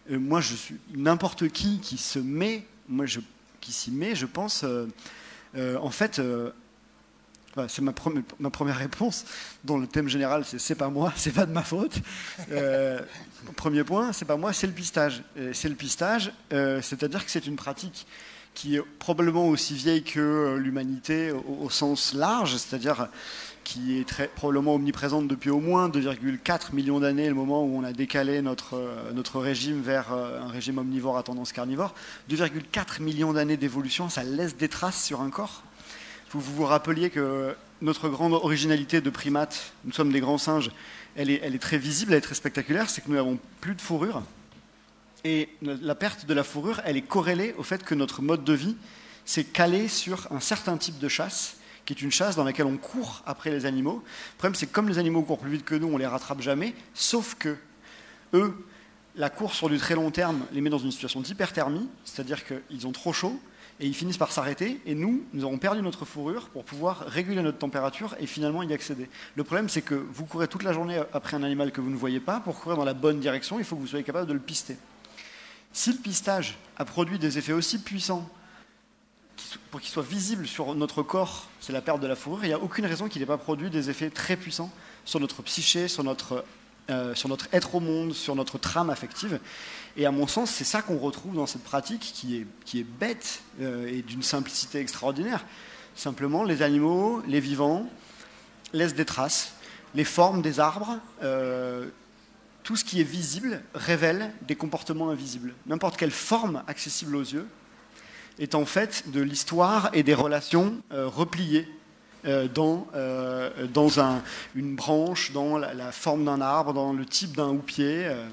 Euh, moi, je suis n'importe qui qui se met, moi, je, qui s'y met, je pense, euh, euh, en fait, euh, voilà, c'est ma, pre- ma première réponse, dont le thème général, c'est c'est pas moi, c'est pas de ma faute. Euh, premier point, c'est pas moi, c'est le pistage. Et c'est le pistage, euh, c'est-à-dire que c'est une pratique qui est probablement aussi vieille que l'humanité au, au sens large, c'est-à-dire qui est très, probablement omniprésente depuis au moins deux virgule quatre millions d'années, le moment où on a décalé notre, notre régime vers un régime omnivore à tendance carnivore. deux virgule quatre millions d'années d'évolution, ça laisse des traces sur un corps. Vous vous, vous rappeliez que notre grande originalité de primates, nous sommes des grands singes, elle est, elle est très visible, elle est très spectaculaire, c'est que nous n'avons plus de fourrure. Et la perte de la fourrure, elle est corrélée au fait que notre mode de vie s'est calé sur un certain type de chasse, qui est une chasse dans laquelle on court après les animaux. Le problème, c'est que comme les animaux courent plus vite que nous, on les rattrape jamais, sauf que eux, la course sur du très long terme les met dans une situation d'hyperthermie, c'est-à-dire qu'ils ont trop chaud, et ils finissent par s'arrêter, et nous, nous avons perdu notre fourrure pour pouvoir réguler notre température et finalement y accéder. Le problème, c'est que vous courez toute la journée après un animal que vous ne voyez pas. Pour courir dans la bonne direction, il faut que vous soyez capable de le pister. Si le pistage a produit des effets aussi puissants pour qu'il soit visible sur notre corps, c'est la perte de la fourrure, il n'y a aucune raison qu'il n'ait pas produit des effets très puissants sur notre psyché, sur notre, euh, sur notre être au monde, sur notre trame affective. Et à mon sens, c'est ça qu'on retrouve dans cette pratique qui est, qui est bête euh, et d'une simplicité extraordinaire. Simplement, les animaux, les vivants, laissent des traces. Les formes des arbres, euh, tout ce qui est visible révèle des comportements invisibles. N'importe quelle forme accessible aux yeux est en fait de l'histoire et des relations euh, repliées euh, dans, euh, dans un, une branche, dans la, la forme d'un arbre, dans le type d'un houppier. Euh,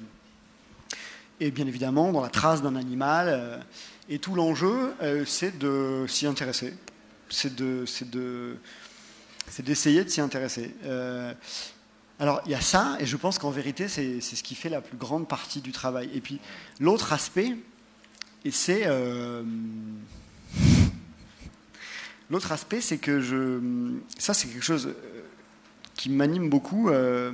et bien évidemment dans la trace d'un animal. Euh, et tout l'enjeu, euh, c'est de s'y intéresser. C'est, de, c'est, de, c'est d'essayer de s'y intéresser. Euh, alors, il y a ça, et je pense qu'en vérité, c'est, c'est ce qui fait la plus grande partie du travail. Et puis, l'autre aspect, et c'est... Euh, l'autre aspect, c'est que je... Ça, c'est quelque chose qui m'anime beaucoup. Euh,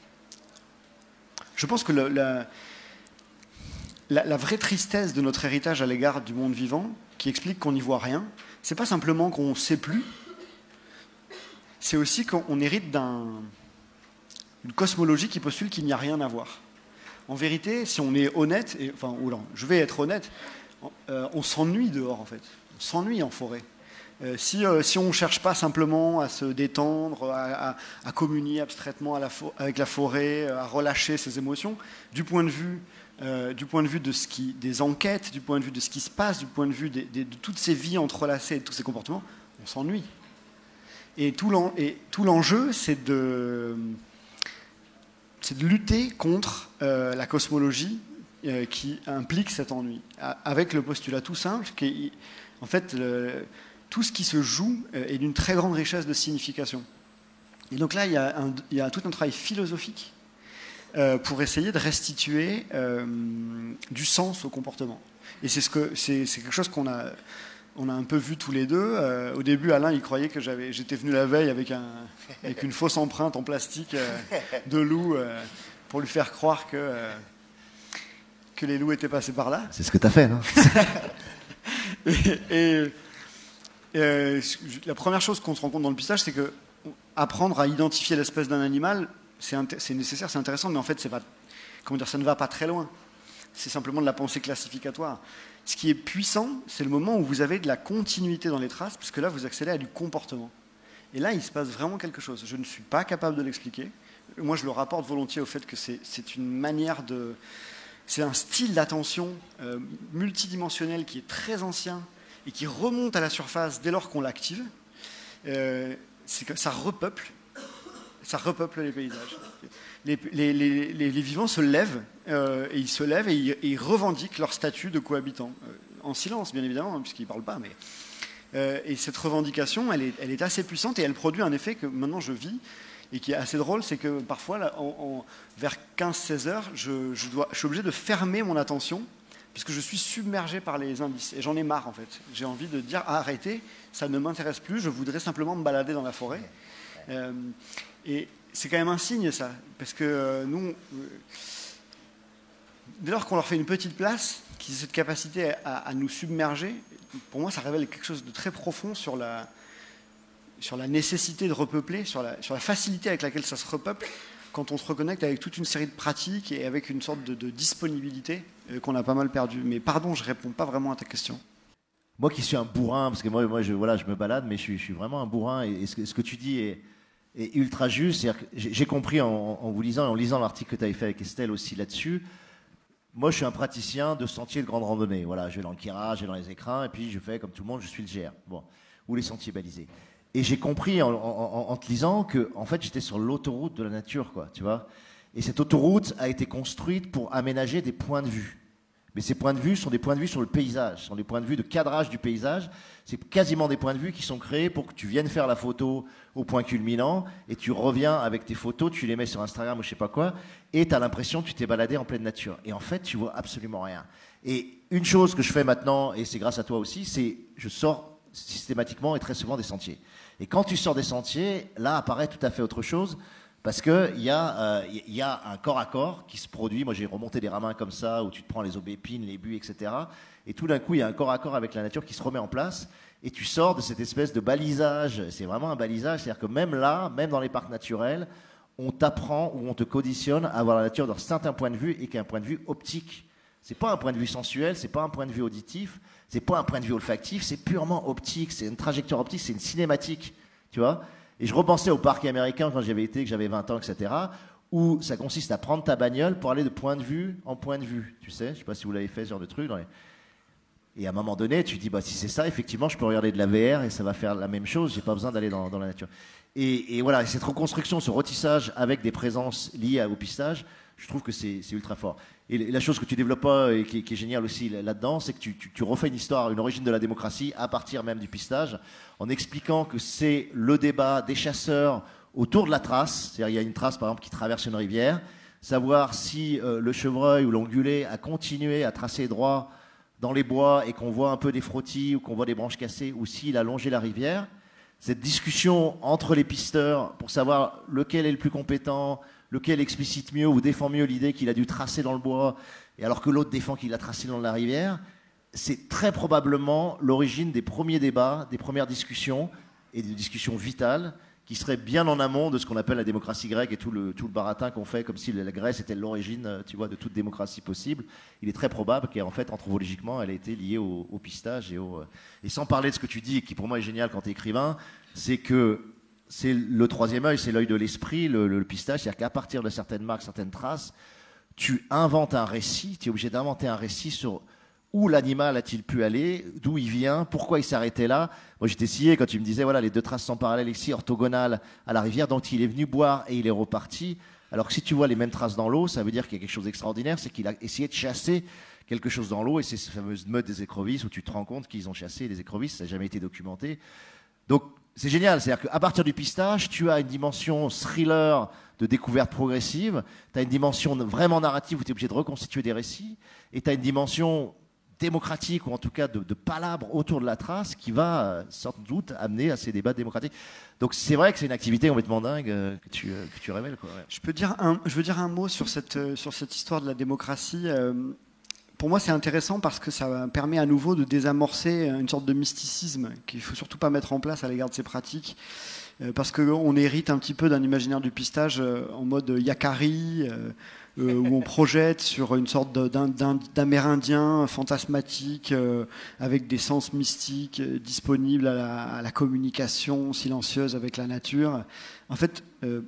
je pense que le, la... La, la vraie tristesse de notre héritage à l'égard du monde vivant, qui explique qu'on n'y voit rien, c'est pas simplement qu'on ne sait plus, c'est aussi qu'on hérite d'un, d'une cosmologie qui postule qu'il n'y a rien à voir. En vérité, si on est honnête, et, enfin, oula, je vais être honnête, euh, on s'ennuie dehors en fait, on s'ennuie en forêt. Euh, si, euh, si on ne cherche pas simplement à se détendre, à, à, à communier abstraitement à la fo- avec la forêt, à relâcher ses émotions, du point de vue Euh, du point de vue de ce qui, des enquêtes, du point de vue de ce qui se passe, du point de vue des, des, de toutes ces vies entrelacées et de tous ces comportements, on s'ennuie. Et tout, l'en, et tout l'enjeu, c'est de, c'est de lutter contre euh, la cosmologie euh, qui implique cet ennui, avec le postulat tout simple qu'en en fait, le, tout ce qui se joue est d'une très grande richesse de signification. Et donc là, il y a, un, il y a tout un travail philosophique Euh, pour essayer de restituer euh, du sens au comportement. Et c'est, ce que, c'est, c'est quelque chose qu'on a, on a un peu vu tous les deux. Euh, au début, Alain, il croyait que j'avais, j'étais venu la veille avec, un, avec une fausse empreinte en plastique euh, de loup euh, pour lui faire croire que, euh, que les loups étaient passés par là. C'est ce que tu as fait, non? et, et, et euh, la première chose qu'on se rend compte dans le pistage, c'est que apprendre à identifier l'espèce d'un animal, C'est, int- c'est nécessaire, c'est intéressant, mais en fait, c'est pas, comment dire, ça ne va pas très loin. C'est simplement de la pensée classificatoire. Ce qui est puissant, c'est le moment où vous avez de la continuité dans les traces, puisque là, vous accédez à du comportement. Et là, il se passe vraiment quelque chose. Je ne suis pas capable de l'expliquer. Moi, je le rapporte volontiers au fait que c'est, c'est une manière de... C'est un style d'attention euh, multidimensionnel qui est très ancien et qui remonte à la surface dès lors qu'on l'active. Euh, c'est que ça repeuple. Ça repeuple les paysages. Les, les, les, les, les vivants se lèvent, euh, et ils se lèvent et ils, et ils revendiquent leur statut de cohabitants. Euh, en silence, bien évidemment, hein, puisqu'ils ne parlent pas. Mais, euh, et cette revendication, elle est, elle est assez puissante et elle produit un effet que maintenant je vis et qui est assez drôle, c'est que parfois, là, en, en, vers quinze seize heures, je, je, dois, je suis obligé de fermer mon attention puisque je suis submergé par les indices. Et j'en ai marre, en fait. J'ai envie de dire, ah, arrêtez, ça ne m'intéresse plus, je voudrais simplement me balader dans la forêt. Euh, Et c'est quand même un signe, ça, parce que euh, nous, euh, dès lors qu'on leur fait une petite place, qu'ils aient cette capacité à, à nous submerger, pour moi, ça révèle quelque chose de très profond sur la, sur la nécessité de repeupler, sur la, sur la facilité avec laquelle ça se repeuple, quand on se reconnecte avec toute une série de pratiques et avec une sorte de, de disponibilité euh, qu'on a pas mal perdue. Mais pardon, je ne réponds pas vraiment à ta question. Moi qui suis un bourrin, parce que moi, moi je, voilà, je me balade, mais je suis, je suis vraiment un bourrin, et, et ce, que, ce que tu dis est, est ultra juste. C'est-à-dire que j'ai, j'ai compris en, en vous lisant, et en lisant l'article que tu avais fait avec Estelle aussi là-dessus. Moi, je suis un praticien de sentiers de grande randonnée. Voilà, je vais dans le Kira, je vais dans les écrins, et puis je fais comme tout le monde, je suis le G R. Bon, ou les sentiers balisés. Et j'ai compris en, en, en te lisant que, en fait, j'étais sur l'autoroute de la nature, quoi, tu vois. Et cette autoroute a été construite pour aménager des points de vue. Mais ces points de vue sont des points de vue sur le paysage, sont des points de vue de cadrage du paysage. C'est quasiment des points de vue qui sont créés pour que tu viennes faire la photo au point culminant et tu reviens avec tes photos, tu les mets sur Instagram ou je sais pas quoi, et tu as l'impression que tu t'es baladé en pleine nature. Et en fait, tu vois absolument rien. Et une chose que je fais maintenant, et c'est grâce à toi aussi, c'est je sors systématiquement et très souvent des sentiers. Et quand tu sors des sentiers, là apparaît tout à fait autre chose. Parce qu'il y, euh, y a un corps à corps qui se produit. Moi, j'ai remonté des ramins comme ça, où tu te prends les aubépines, les buis, et cetera. Et tout d'un coup, il y a un corps à corps avec la nature qui se remet en place. Et tu sors de cette espèce de balisage. C'est vraiment un balisage. C'est-à-dire que même là, même dans les parcs naturels, on t'apprend ou on te conditionne à voir la nature d'un certain point de vue et qu'un point de vue optique. C'est pas un point de vue sensuel, c'est pas un point de vue auditif, c'est pas un point de vue olfactif, c'est purement optique. C'est une trajectoire optique, c'est une cinématique. Tu vois ? Et je repensais au parc américain quand j'avais été, que j'avais vingt ans, et cetera, où ça consiste à prendre ta bagnole pour aller de point de vue en point de vue. Tu sais, je ne sais pas si vous l'avez fait, ce genre de truc. Dans les... Et à un moment donné, tu te dis, bah, si c'est ça, effectivement, je peux regarder de la V R et ça va faire la même chose. Je n'ai pas besoin d'aller dans, dans la nature. Et, et voilà, cette reconstruction, ce retissage avec des présences liées au pistage, je trouve que c'est, c'est ultra fort. Et la chose que tu développes pas et qui est, qui est géniale aussi là-dedans, c'est que tu, tu, tu refais une histoire, une origine de la démocratie à partir même du pistage, en expliquant que c'est le débat des chasseurs autour de la trace. C'est-à-dire il y a une trace par exemple qui traverse une rivière, savoir si euh, le chevreuil ou l'ongulé a continué à tracer droit dans les bois et qu'on voit un peu des frottis ou qu'on voit des branches cassées, ou s'il a longé la rivière. Cette discussion entre les pisteurs pour savoir lequel est le plus compétent, lequel explicite mieux ou défend mieux l'idée qu'il a dû tracer dans le bois, et alors que l'autre défend qu'il a tracé dans la rivière, c'est très probablement l'origine des premiers débats, des premières discussions, et des discussions vitales, qui seraient bien en amont de ce qu'on appelle la démocratie grecque et tout le, tout le baratin qu'on fait, comme si la Grèce était l'origine, tu vois, de toute démocratie possible. Il est très probable qu'en fait, anthropologiquement, elle a été liée au, au pistage. Et, au, et sans parler de ce que tu dis, qui pour moi est génial quand tu es écrivain, c'est que c'est le troisième œil, c'est l'œil de l'esprit, le, le, le pistage. C'est-à-dire qu'à partir de certaines marques, certaines traces, tu inventes un récit, tu es obligé d'inventer un récit sur où l'animal a-t-il pu aller, d'où il vient, pourquoi il s'est arrêté là. Moi, j'étais scié quand tu me disais, voilà, les deux traces sont parallèles ici, orthogonales à la rivière, donc il est venu boire et il est reparti. Alors que si tu vois les mêmes traces dans l'eau, ça veut dire qu'il y a quelque chose d'extraordinaire, c'est qu'il a essayé de chasser quelque chose dans l'eau, et c'est cette fameuse meute des écrevisses où tu te rends compte qu'ils ont chassé les écrevisses, ça n'a jamais été documenté. Donc, c'est génial, c'est-à-dire qu'à partir du pistage, tu as une dimension thriller de découverte progressive, tu as une dimension vraiment narrative où tu es obligé de reconstituer des récits, et tu as une dimension démocratique, ou en tout cas de, de palabre autour de la trace, qui va euh, sans doute amener à ces débats démocratiques. Donc c'est vrai que c'est une activité complètement dingue euh, que, tu, euh, que tu révèles, quoi. Ouais. Je, peux dire un, je veux dire un mot sur cette, euh, sur cette histoire de la démocratie. Euh, pour moi, c'est intéressant parce que ça permet à nouveau de désamorcer une sorte de mysticisme qu'il ne faut surtout pas mettre en place à l'égard de ces pratiques. Euh, parce qu'on hérite un petit peu d'un imaginaire du pistage euh, en mode yakari, euh, Euh, où on projette sur une sorte d'un, d'un, d'amérindien fantasmatique euh, avec des sens mystiques euh, disponibles à la, à la communication silencieuse avec la nature. En fait, euh,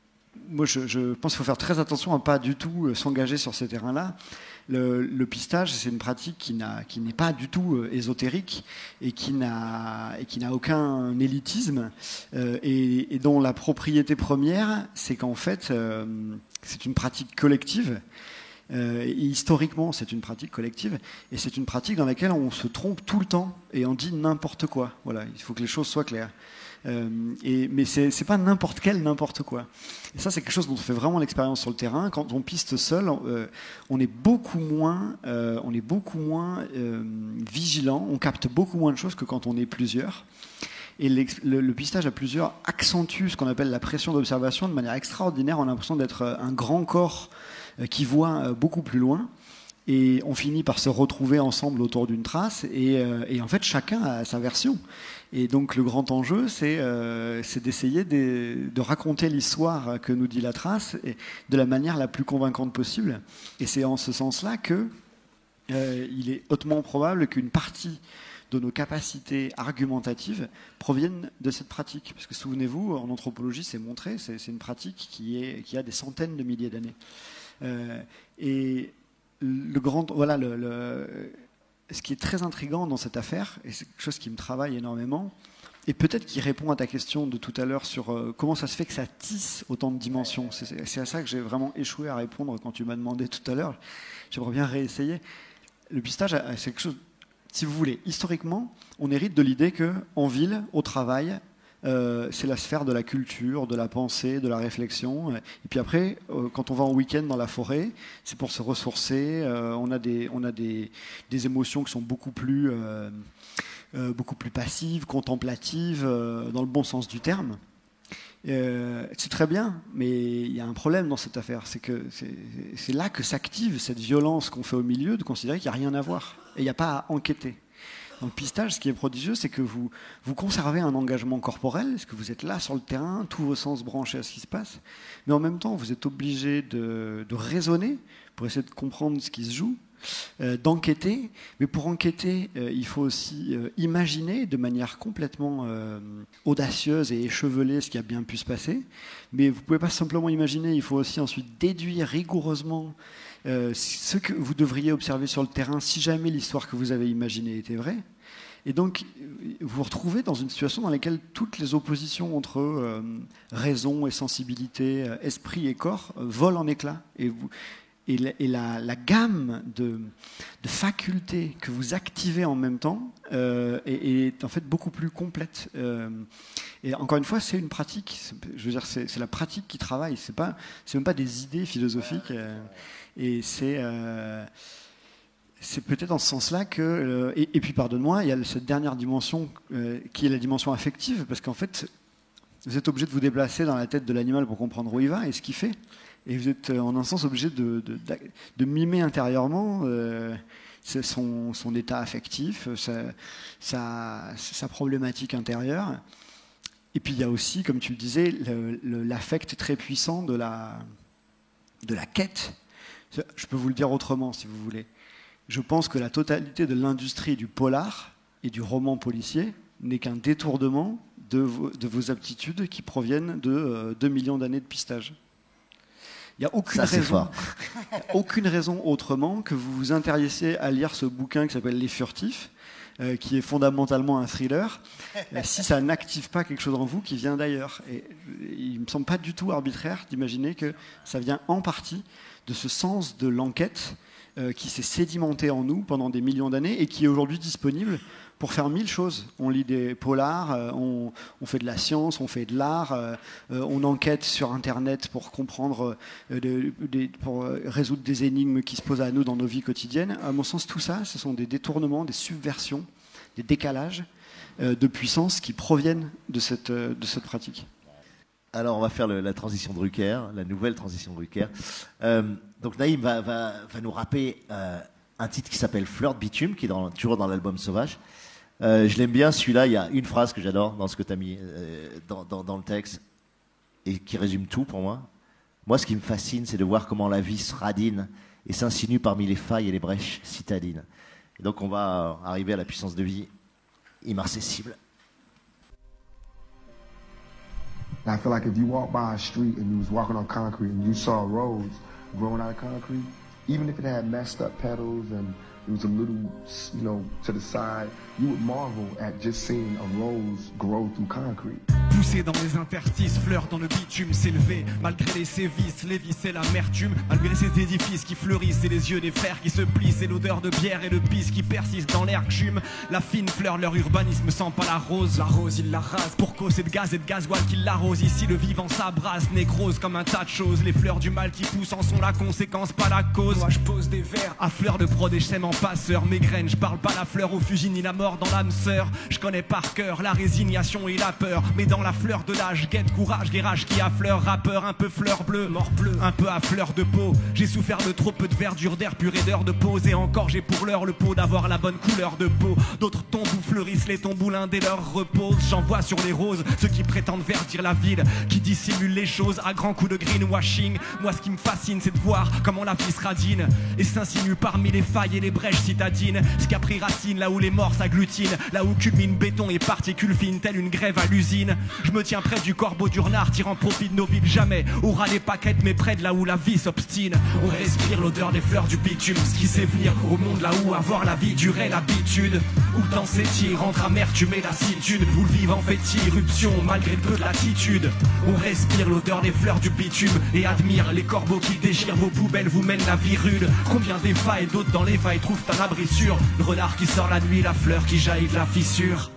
moi je, je pense qu'il faut faire très attention à ne pas du tout euh, s'engager sur ces terrains-là. Le, le pistage, c'est une pratique qui, n'a, qui n'est pas du tout euh, ésotérique et qui n'a, et qui n'a aucun élitisme euh, et, et dont la propriété première, c'est qu'en fait, euh, c'est une pratique collective. Euh, et historiquement, c'est une pratique collective et c'est une pratique dans laquelle on se trompe tout le temps et on dit n'importe quoi. Voilà, il faut que les choses soient claires. Euh, et, mais c'est, c'est pas n'importe quel n'importe quoi. Et ça, c'est quelque chose dont on fait vraiment l'expérience sur le terrain. Quand on piste seul, euh, on est beaucoup moins, euh, on est beaucoup moins euh, vigilant. On capte beaucoup moins de choses que quand on est plusieurs. Et le, le pistage à plusieurs accentue ce qu'on appelle la pression d'observation de manière extraordinaire. On a l'impression d'être un grand corps euh, qui voit euh, beaucoup plus loin. Et on finit par se retrouver ensemble autour d'une trace, et, euh, et en fait chacun a sa version. Et donc le grand enjeu, c'est, euh, c'est d'essayer de, de raconter l'histoire que nous dit la trace et de la manière la plus convaincante possible. Et c'est en ce sens-là que euh, il est hautement probable qu'une partie de nos capacités argumentatives proviennent de cette pratique. Parce que souvenez-vous, en anthropologie, c'est montré, c'est, c'est une pratique qui, est, qui a des centaines de milliers d'années. Euh, et le grand, voilà, le, le, ce qui est très intriguant dans cette affaire, et c'est quelque chose qui me travaille énormément, et peut-être qui répond à ta question de tout à l'heure sur euh, comment ça se fait que ça tisse autant de dimensions. C'est, c'est à ça que j'ai vraiment échoué à répondre quand tu m'as demandé tout à l'heure. J'aimerais bien réessayer. Le pistage, c'est quelque chose, si vous voulez, historiquement, on hérite de l'idée qu'en ville, au travail, Euh, c'est la sphère de la culture, de la pensée, de la réflexion. Et puis après, euh, quand on va en week-end dans la forêt, c'est pour se ressourcer. Euh, on a des, on a des, des émotions qui sont beaucoup plus, euh, euh, beaucoup plus passives, contemplatives, euh, dans le bon sens du terme. Euh, c'est très bien, mais il y a un problème dans cette affaire. C'est que c'est, c'est là que s'active cette violence qu'on fait au milieu de considérer qu'il n'y a rien à voir. Et il n'y a pas à enquêter. Dans le pistage, ce qui est prodigieux, c'est que vous, vous conservez un engagement corporel, parce que vous êtes là sur le terrain, tous vos sens branchés à ce qui se passe, mais en même temps, vous êtes obligé de, de raisonner pour essayer de comprendre ce qui se joue, euh, d'enquêter, mais pour enquêter, euh, il faut aussi euh, imaginer de manière complètement euh, audacieuse et échevelée ce qui a bien pu se passer, mais vous ne pouvez pas simplement imaginer, il faut aussi ensuite déduire rigoureusement Euh, ce que vous devriez observer sur le terrain si jamais l'histoire que vous avez imaginée était vraie. Et donc, vous vous retrouvez dans une situation dans laquelle toutes les oppositions entre euh, raison et sensibilité, euh, esprit et corps euh, volent en éclats. Et, vous, et, la, et la, la gamme de, de facultés que vous activez en même temps euh, est, est en fait beaucoup plus complète. Euh, et encore une fois, c'est une pratique. Je veux dire, c'est, c'est la pratique qui travaille. C'est pas, c'est même pas des idées philosophiques. Euh, Et c'est, euh, c'est peut-être dans ce sens-là que... Euh, et, et puis, pardonne-moi, il y a cette dernière dimension euh, qui est la dimension affective, parce qu'en fait, vous êtes obligé de vous déplacer dans la tête de l'animal pour comprendre où il va et ce qu'il fait. Et vous êtes, en un sens, obligé de, de, de, de mimer intérieurement euh, son, son état affectif, sa, sa, sa problématique intérieure. Et puis, il y a aussi, comme tu le disais, le, le, l'affect très puissant de la, de la quête. Je peux vous le dire autrement, si vous voulez. Je pense que la totalité de l'industrie du polar et du roman policier n'est qu'un détournement de vos, de vos aptitudes qui proviennent de euh, deux millions d'années de pistage. Il n'y a aucune Ça, raison, aucune raison autrement que vous vous intéressiez à lire ce bouquin qui s'appelle Les Furtifs, euh, qui est fondamentalement un thriller, euh, si ça n'active pas quelque chose en vous qui vient d'ailleurs. Et, et il ne me semble pas du tout arbitraire d'imaginer que ça vient en partie de ce sens de l'enquête euh, qui s'est sédimenté en nous pendant des millions d'années et qui est aujourd'hui disponible pour faire mille choses. On lit des polars, euh, on, on fait de la science, on fait de l'art, euh, euh, on enquête sur Internet pour comprendre, euh, de, de, pour résoudre des énigmes qui se posent à nous dans nos vies quotidiennes. À mon sens, tout ça, ce sont des détournements, des subversions, des décalages euh, de puissance qui proviennent de cette, euh, de cette pratique. Alors, on va faire le, la transition Drucker, la nouvelle transition Drucker. Euh, donc, Naïm va, va, va nous rapper euh, un titre qui s'appelle Fleur de bitume, qui est dans, toujours dans l'album Sauvage. Euh, je l'aime bien, celui-là. Il y a une phrase que j'adore dans ce que tu as mis euh, dans, dans, dans le texte et qui résume tout pour moi. Moi, ce qui me fascine, c'est de voir comment la vie se radine et s'insinue parmi les failles et les brèches citadines. Et donc, on va arriver à la puissance de vie immarcessible. I feel like if you walk by a street and you was walking on concrete and you saw roads growing out of concrete, even if it had messed up petals and it was a little, you know, to the side, you would marvel at just seeing a rose grow through concrete. Poussé dans les interstices, fleurs dans le bitume s'élever. Malgré les sévices, les vices et l'amertume. Malgré ces édifices qui fleurissent et les yeux des frères qui se plissent. Et l'odeur de bière et de pisse qui persiste dans l'air que j'hume. La fine fleur, leur urbanisme sent pas la rose. La rose, il la rase pour cause et de gaz et de gasoil qui l'arrose. Ici le vivant s'abrase, nécrose comme un tas de choses. Les fleurs du mal qui poussent en sont la conséquence, pas la cause. Moi je pose des vers à fleur de prod et je sème en passeur. Mes graines, je parle pas la fleur au fusil ni la mort dans l'âme sœur. Je connais par cœur la résignation et la peur. Mais dans la fleur de l'âge, guette, courage, guérage qui affleure, rappeur un peu fleur bleue, mort bleu, un peu à fleur de peau. J'ai souffert de trop peu de verdure, d'air pur et d'heures de pause. Et encore j'ai pour l'heure le pot d'avoir la bonne couleur de peau. D'autres tombent où fleurissent les tomboules dès leur repose. J'en vois sur les roses ceux qui prétendent verdir la ville, qui dissimulent les choses à grands coups de greenwashing. Moi ce qui me fascine c'est de voir comment la vie se radine et s'insinue parmi les failles et les brèches citadines. Ce qui a pris racine là où les morts s'agglutinent, là où culmine béton et particules fines, telle une grève à l'usine. Je me tiens près du corbeau du renard, tirant profit de nos villes. Jamais aura des paquettes mais près de là où la vie s'obstine. On respire l'odeur des fleurs du bitume, ce qui sait venir au monde là où avoir la vie durait l'habitude. Où le temps s'étire entre amertume et lassitude, où le vivant fait irruption malgré peu de latitude. On respire l'odeur des fleurs du bitume et admire les corbeaux qui déchirent vos poubelles, vous mènent la vie rude. Combien des failles, d'autres dans les failles trouvent un abri sûr. Le renard qui sort la nuit, la fleur qui jaillit de la fissure.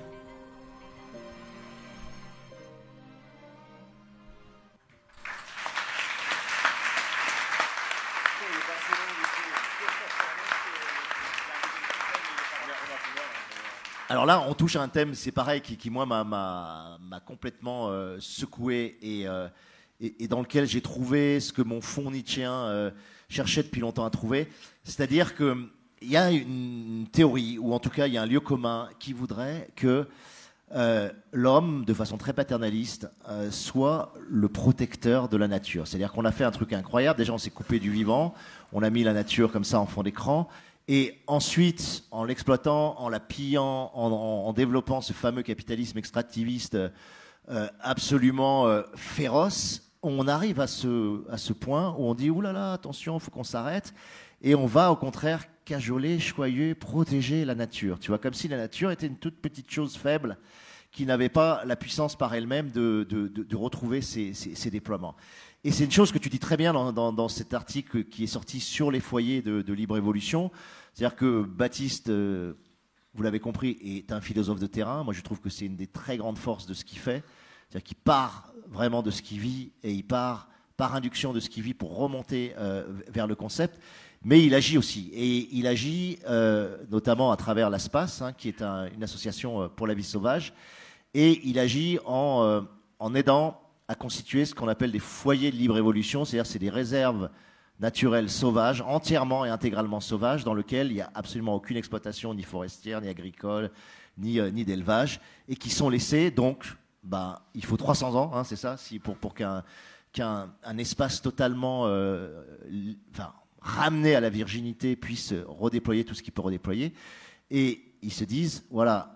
Alors là, on touche à un thème, c'est pareil, qui, qui moi, m'a, m'a, m'a complètement euh, secoué et, euh, et, et dans lequel j'ai trouvé ce que mon fond nietzschéen euh, cherchait depuis longtemps à trouver. C'est-à-dire qu'il y a une théorie, ou en tout cas, il y a un lieu commun qui voudrait que euh, l'homme, de façon très paternaliste, euh, soit le protecteur de la nature. C'est-à-dire qu'on a fait un truc incroyable. Déjà, on s'est coupé du vivant, on a mis la nature comme ça en fond d'écran. Et ensuite, en l'exploitant, en la pillant, en, en, en développant ce fameux capitalisme extractiviste euh, absolument euh, féroce, on arrive à ce, à ce point où on dit « Ouh là là, attention, il faut qu'on s'arrête ». Et on va au contraire cajoler, choyer, protéger la nature. Tu vois, comme si la nature était une toute petite chose faible qui n'avait pas la puissance par elle-même de, de, de, de retrouver ses, ses, ses déploiements. Et c'est une chose que tu dis très bien dans, dans, dans cet article qui est sorti sur les foyers de, de Libre Évolution. C'est-à-dire que Baptiste, euh, vous l'avez compris, est un philosophe de terrain. Moi, je trouve que c'est une des très grandes forces de ce qu'il fait. C'est-à-dire qu'il part vraiment de ce qu'il vit et il part par induction de ce qu'il vit pour remonter euh, vers le concept. Mais il agit aussi. Et il agit euh, notamment à travers l'ASPAS, hein, qui est un, une association pour la vie sauvage. Et il agit en, euh, en aidant à constituer ce qu'on appelle des foyers de libre évolution, c'est-à-dire c'est des réserves naturelles sauvages, entièrement et intégralement sauvages, dans lesquelles il n'y a absolument aucune exploitation, ni forestière, ni agricole, ni, euh, ni d'élevage, et qui sont laissées, donc, bah, il faut trois cents ans, hein, c'est ça, si, pour, pour qu'un, qu'un un espace totalement euh, enfin, ramené à la virginité puisse redéployer tout ce qu'il peut redéployer. Et ils se disent, voilà,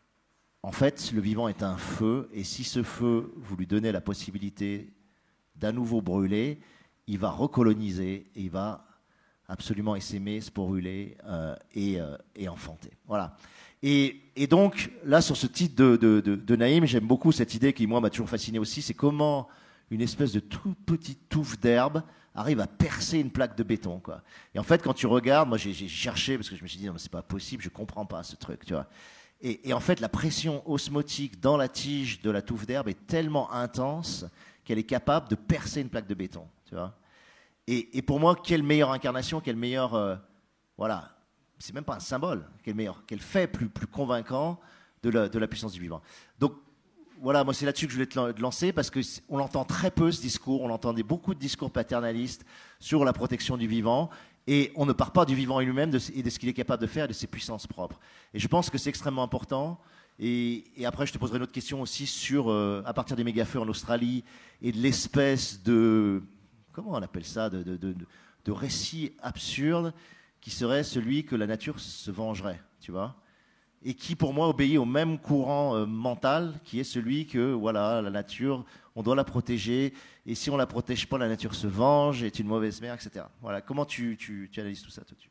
en fait, le vivant est un feu, et si ce feu, vous lui donnez la possibilité d'à nouveau brûler, il va recoloniser, et il va absolument essaimer, sporuler euh, et, euh, et enfanter. Voilà. Et, et donc, là, sur ce titre de, de, de, de Naïm, j'aime beaucoup cette idée qui, moi, m'a toujours fasciné aussi, c'est comment une espèce de toute petite touffe d'herbe arrive à percer une plaque de béton, quoi. Et en fait, quand tu regardes, moi, j'ai, j'ai cherché, parce que je me suis dit, non, mais c'est pas possible, je comprends pas ce truc, tu vois. Et, et en fait, la pression osmotique dans la tige de la touffe d'herbe est tellement intense qu'elle est capable de percer une plaque de béton, tu vois. Et, et pour moi, quelle meilleure incarnation, quelle meilleure, euh, voilà, c'est même pas un symbole, quel meilleur, quel fait plus, plus convaincant de la, de la puissance du vivant. Donc voilà, moi c'est là-dessus que je voulais te lancer, parce qu'on l'entend très peu ce discours, on entendait beaucoup de discours paternalistes sur la protection du vivant, et on ne part pas du vivant lui-même de, et de ce qu'il est capable de faire et de ses puissances propres. Et je pense que c'est extrêmement important. Et, et après, je te poserai une autre question aussi sur, euh, à partir des méga-feux en Australie, et de l'espèce de, comment on appelle ça, de, de, de, de récit absurde qui serait celui que la nature se vengerait, tu vois, et qui, pour moi, obéit au même courant euh, mental, qui est celui que, voilà, la nature, on doit la protéger, et si on la protège pas, la nature se venge, est une mauvaise mère, et cetera. Voilà, comment tu, tu, tu analyses tout ça, toi, tu...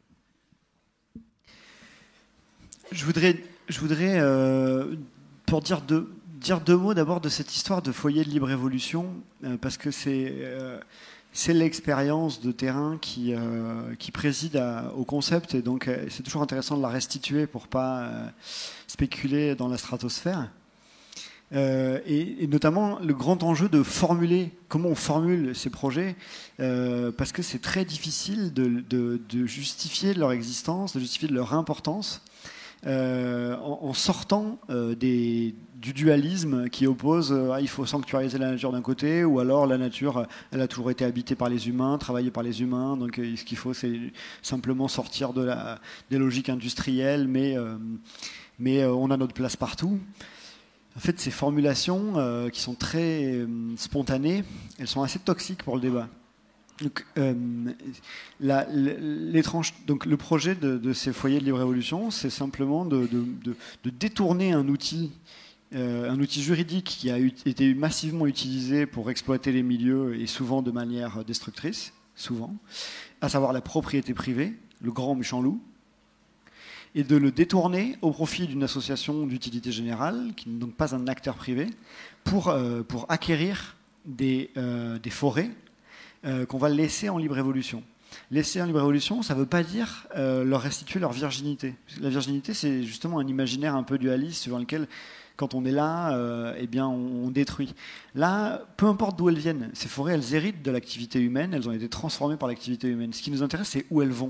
Je voudrais, je voudrais euh, pour dire deux, dire deux mots d'abord de cette histoire de foyer de libre évolution, euh, parce que c'est... Euh, C'est l'expérience de terrain qui, euh, qui préside à, au concept, et donc euh, c'est toujours intéressant de la restituer pour ne pas euh, spéculer dans la stratosphère. Euh, et, et notamment le grand enjeu de formuler, comment on formule ces projets, euh, parce que c'est très difficile de, de, de justifier leur existence, de justifier de leur importance, euh, en, en sortant euh, des, du dualisme qui oppose euh, ah, il faut sanctuariser la nature d'un côté, ou alors la nature, elle a toujours été habitée par les humains, travaillée par les humains, donc euh, ce qu'il faut, c'est simplement sortir de la, des logiques industrielles, mais, euh, mais euh, on a notre place partout. En fait, ces formulations euh, qui sont très euh, spontanées, elles sont assez toxiques pour le débat. Donc, euh, la, l'étrange, donc le projet de, de ces foyers de libre évolution, c'est simplement de, de, de, de détourner un outil, euh, un outil juridique qui a eu, été massivement utilisé pour exploiter les milieux et souvent de manière destructrice, souvent, à savoir la propriété privée, le grand méchant loup, et de le détourner au profit d'une association d'utilité générale, qui n'est donc pas un acteur privé, pour, euh, pour acquérir des, euh, des forêts Euh, qu'on va laisser en libre évolution. Laisser en libre évolution, ça ne veut pas dire euh, leur restituer leur virginité. La virginité, c'est justement un imaginaire un peu dualiste sur lequel, quand on est là, euh, eh bien, on, on détruit. Là, peu importe d'où elles viennent, ces forêts, elles héritent de l'activité humaine, elles ont été transformées par l'activité humaine. Ce qui nous intéresse, c'est où elles vont.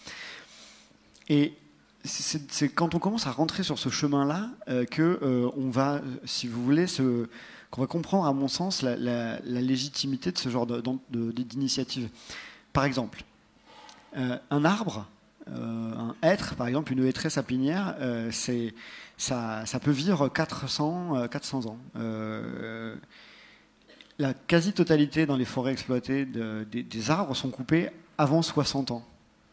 Et c'est, c'est quand on commence à rentrer sur ce chemin-là euh, que euh, on va, si vous voulez, se qu'on va comprendre, à mon sens, la, la, la légitimité de ce genre de, de, de, d'initiative. Par exemple, euh, un arbre, euh, un hêtre, par exemple, une hêtraie sapinière, euh, c'est, ça, ça peut vivre quatre cents, euh, quatre cents ans. Euh, la quasi-totalité dans les forêts exploitées de, des, des arbres sont coupés avant soixante ans.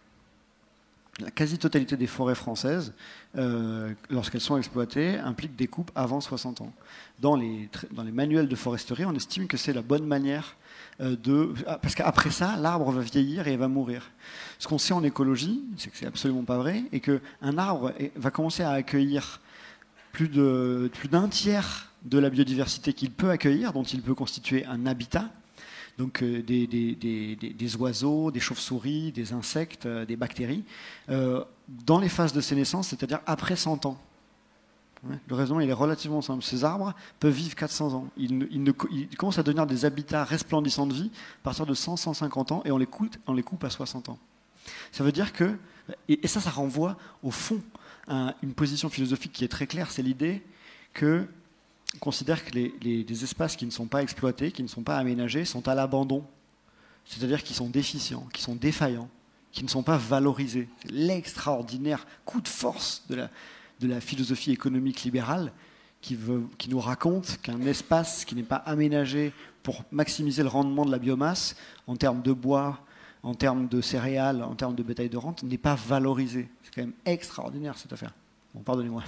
La quasi-totalité des forêts françaises, euh, lorsqu'elles sont exploitées, impliquent des coupes avant soixante ans. Dans les, dans les manuels de foresterie, on estime que c'est la bonne manière euh, de... Parce qu'après ça, l'arbre va vieillir et va mourir. Ce qu'on sait en écologie, c'est que c'est absolument pas vrai, et qu'un arbre va commencer à accueillir plus, de, plus d'un tiers de la biodiversité qu'il peut accueillir, dont il peut constituer un habitat. Donc euh, des, des, des, des oiseaux, des chauves-souris, des insectes, euh, des bactéries, euh, dans les phases de sénescence, c'est-à-dire après cent ans. Ouais, le raisonnement il est relativement simple. Ces arbres peuvent vivre quatre cents ans. Ils, ne, ils, ne, ils commencent à devenir des habitats resplendissants de vie à partir de cent à cent cinquante ans, et on les coupe, on les coupe à soixante ans. Ça veut dire que, et, et ça, ça renvoie au fond à une position philosophique qui est très claire, c'est l'idée que on considère que les, les, les espaces qui ne sont pas exploités, qui ne sont pas aménagés, sont à l'abandon. C'est-à-dire qu'ils sont déficients, qu'ils sont défaillants, qui ne sont pas valorisés. C'est l'extraordinaire coup de force de la, de la philosophie économique libérale qui, veut, qui nous raconte qu'un espace qui n'est pas aménagé pour maximiser le rendement de la biomasse, en termes de bois, en termes de céréales, en termes de bétail de rente, n'est pas valorisé. C'est quand même extraordinaire cette affaire. Bon, pardonnez-moi.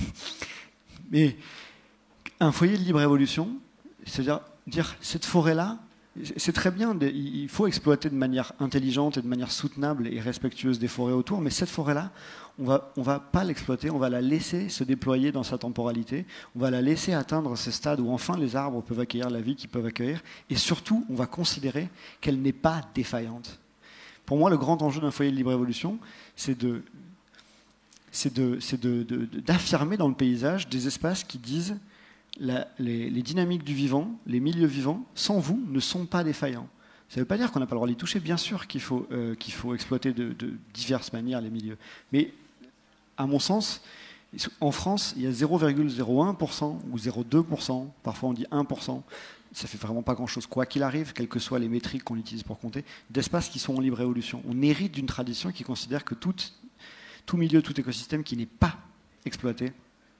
Mais un foyer de libre évolution, c'est-à-dire dire cette forêt-là, c'est très bien, il faut exploiter de manière intelligente et de manière soutenable et respectueuse des forêts autour, mais cette forêt-là, on va, on va pas l'exploiter, on va la laisser se déployer dans sa temporalité, on va la laisser atteindre ces stades où enfin les arbres peuvent accueillir la vie qu'ils peuvent accueillir, et surtout, on va considérer qu'elle n'est pas défaillante. Pour moi, le grand enjeu d'un foyer de libre évolution, c'est de, c'est de, c'est de, de, de, d'affirmer dans le paysage des espaces qui disent La, les, les dynamiques du vivant, les milieux vivants, sans vous, ne sont pas défaillants. Ça ne veut pas dire qu'on n'a pas le droit d'y toucher. Bien sûr qu'il faut, euh, qu'il faut exploiter de, de diverses manières les milieux. Mais, à mon sens, en France, il y a zéro virgule zéro un pour cent ou zéro virgule deux pour cent, parfois on dit un pour cent, ça ne fait vraiment pas grand-chose, quoi qu'il arrive, quelles que soient les métriques qu'on utilise pour compter, d'espaces qui sont en libre évolution. On hérite d'une tradition qui considère que tout, tout milieu, tout écosystème qui n'est pas exploité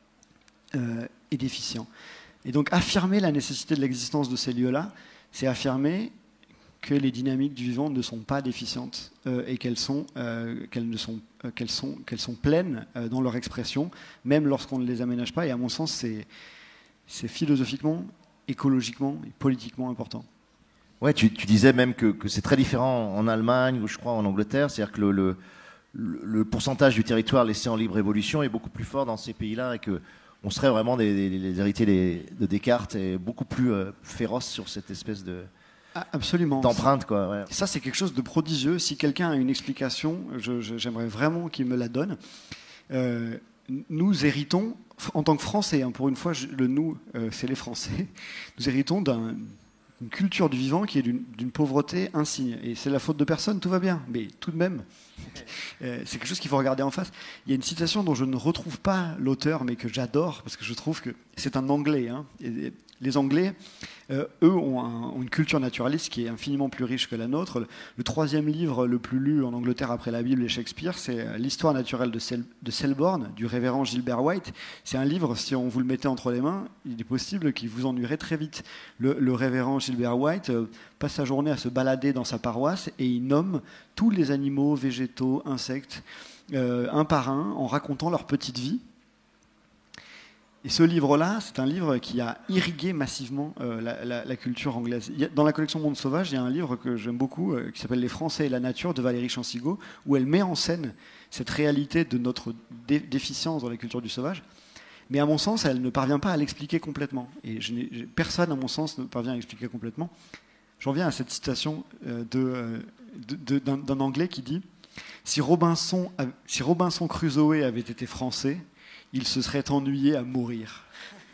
euh, est déficient. Et donc affirmer la nécessité de l'existence de ces lieux-là, c'est affirmer que les dynamiques du vivant ne sont pas déficientes euh, et qu'elles sont, euh, qu'elles ne sont, euh, qu'elles sont, qu'elles sont pleines euh, dans leur expression, même lorsqu'on ne les aménage pas. Et à mon sens, c'est, c'est philosophiquement, écologiquement et politiquement important. Ouais, tu, tu disais même que, que c'est très différent en Allemagne ou je crois en Angleterre, c'est-à-dire que le, le, le pourcentage du territoire laissé en libre évolution est beaucoup plus fort dans ces pays-là et que on serait vraiment des, des, des héritiers des, de Descartes et beaucoup plus euh, féroces sur cette espèce de ah, absolument d'empreinte, quoi. Ouais. Ça, c'est quelque chose de prodigieux. Si quelqu'un a une explication, je, je, j'aimerais vraiment qu'il me la donne. Euh, nous héritons, en tant que Français, hein, pour une fois, je, le nous, euh, c'est les Français, nous héritons d'un, une culture du vivant qui est d'une, d'une pauvreté insigne. Et c'est la faute de personne, tout va bien. Mais tout de même, euh, c'est quelque chose qu'il faut regarder en face. Il y a une citation dont je ne retrouve pas l'auteur, mais que j'adore, parce que je trouve que c'est un Anglais. Hein. Et les Anglais, euh, eux, ont, un, ont une culture naturaliste qui est infiniment plus riche que la nôtre. Le, le troisième livre le plus lu en Angleterre après la Bible et Shakespeare, c'est l'histoire naturelle de, Sel, de Selborne, du révérend Gilbert White. C'est un livre, si on vous le mettait entre les mains, il est possible qu'il vous ennuierait très vite. Le, le révérend Gilbert White euh, passe sa journée à se balader dans sa paroisse et il nomme tous les animaux, végétaux, insectes, euh, un par un, en racontant leur petite vie. Et ce livre-là, c'est un livre qui a irrigué massivement euh, la, la, la culture anglaise. Il y a, dans la collection Monde Sauvage, il y a un livre que j'aime beaucoup, euh, qui s'appelle Les Français et la nature, de Valérie Chansigo, où elle met en scène cette réalité de notre dé- déficience dans la culture du sauvage. Mais à mon sens, elle ne parvient pas à l'expliquer complètement. Et je n'ai, personne, à mon sens, ne parvient à l'expliquer complètement. J'en viens à cette citation euh, de, de, de, d'un, d'un Anglais qui dit « Si Robinson, si Robinson Crusoe avait été français, il se serait ennuyé à mourir. »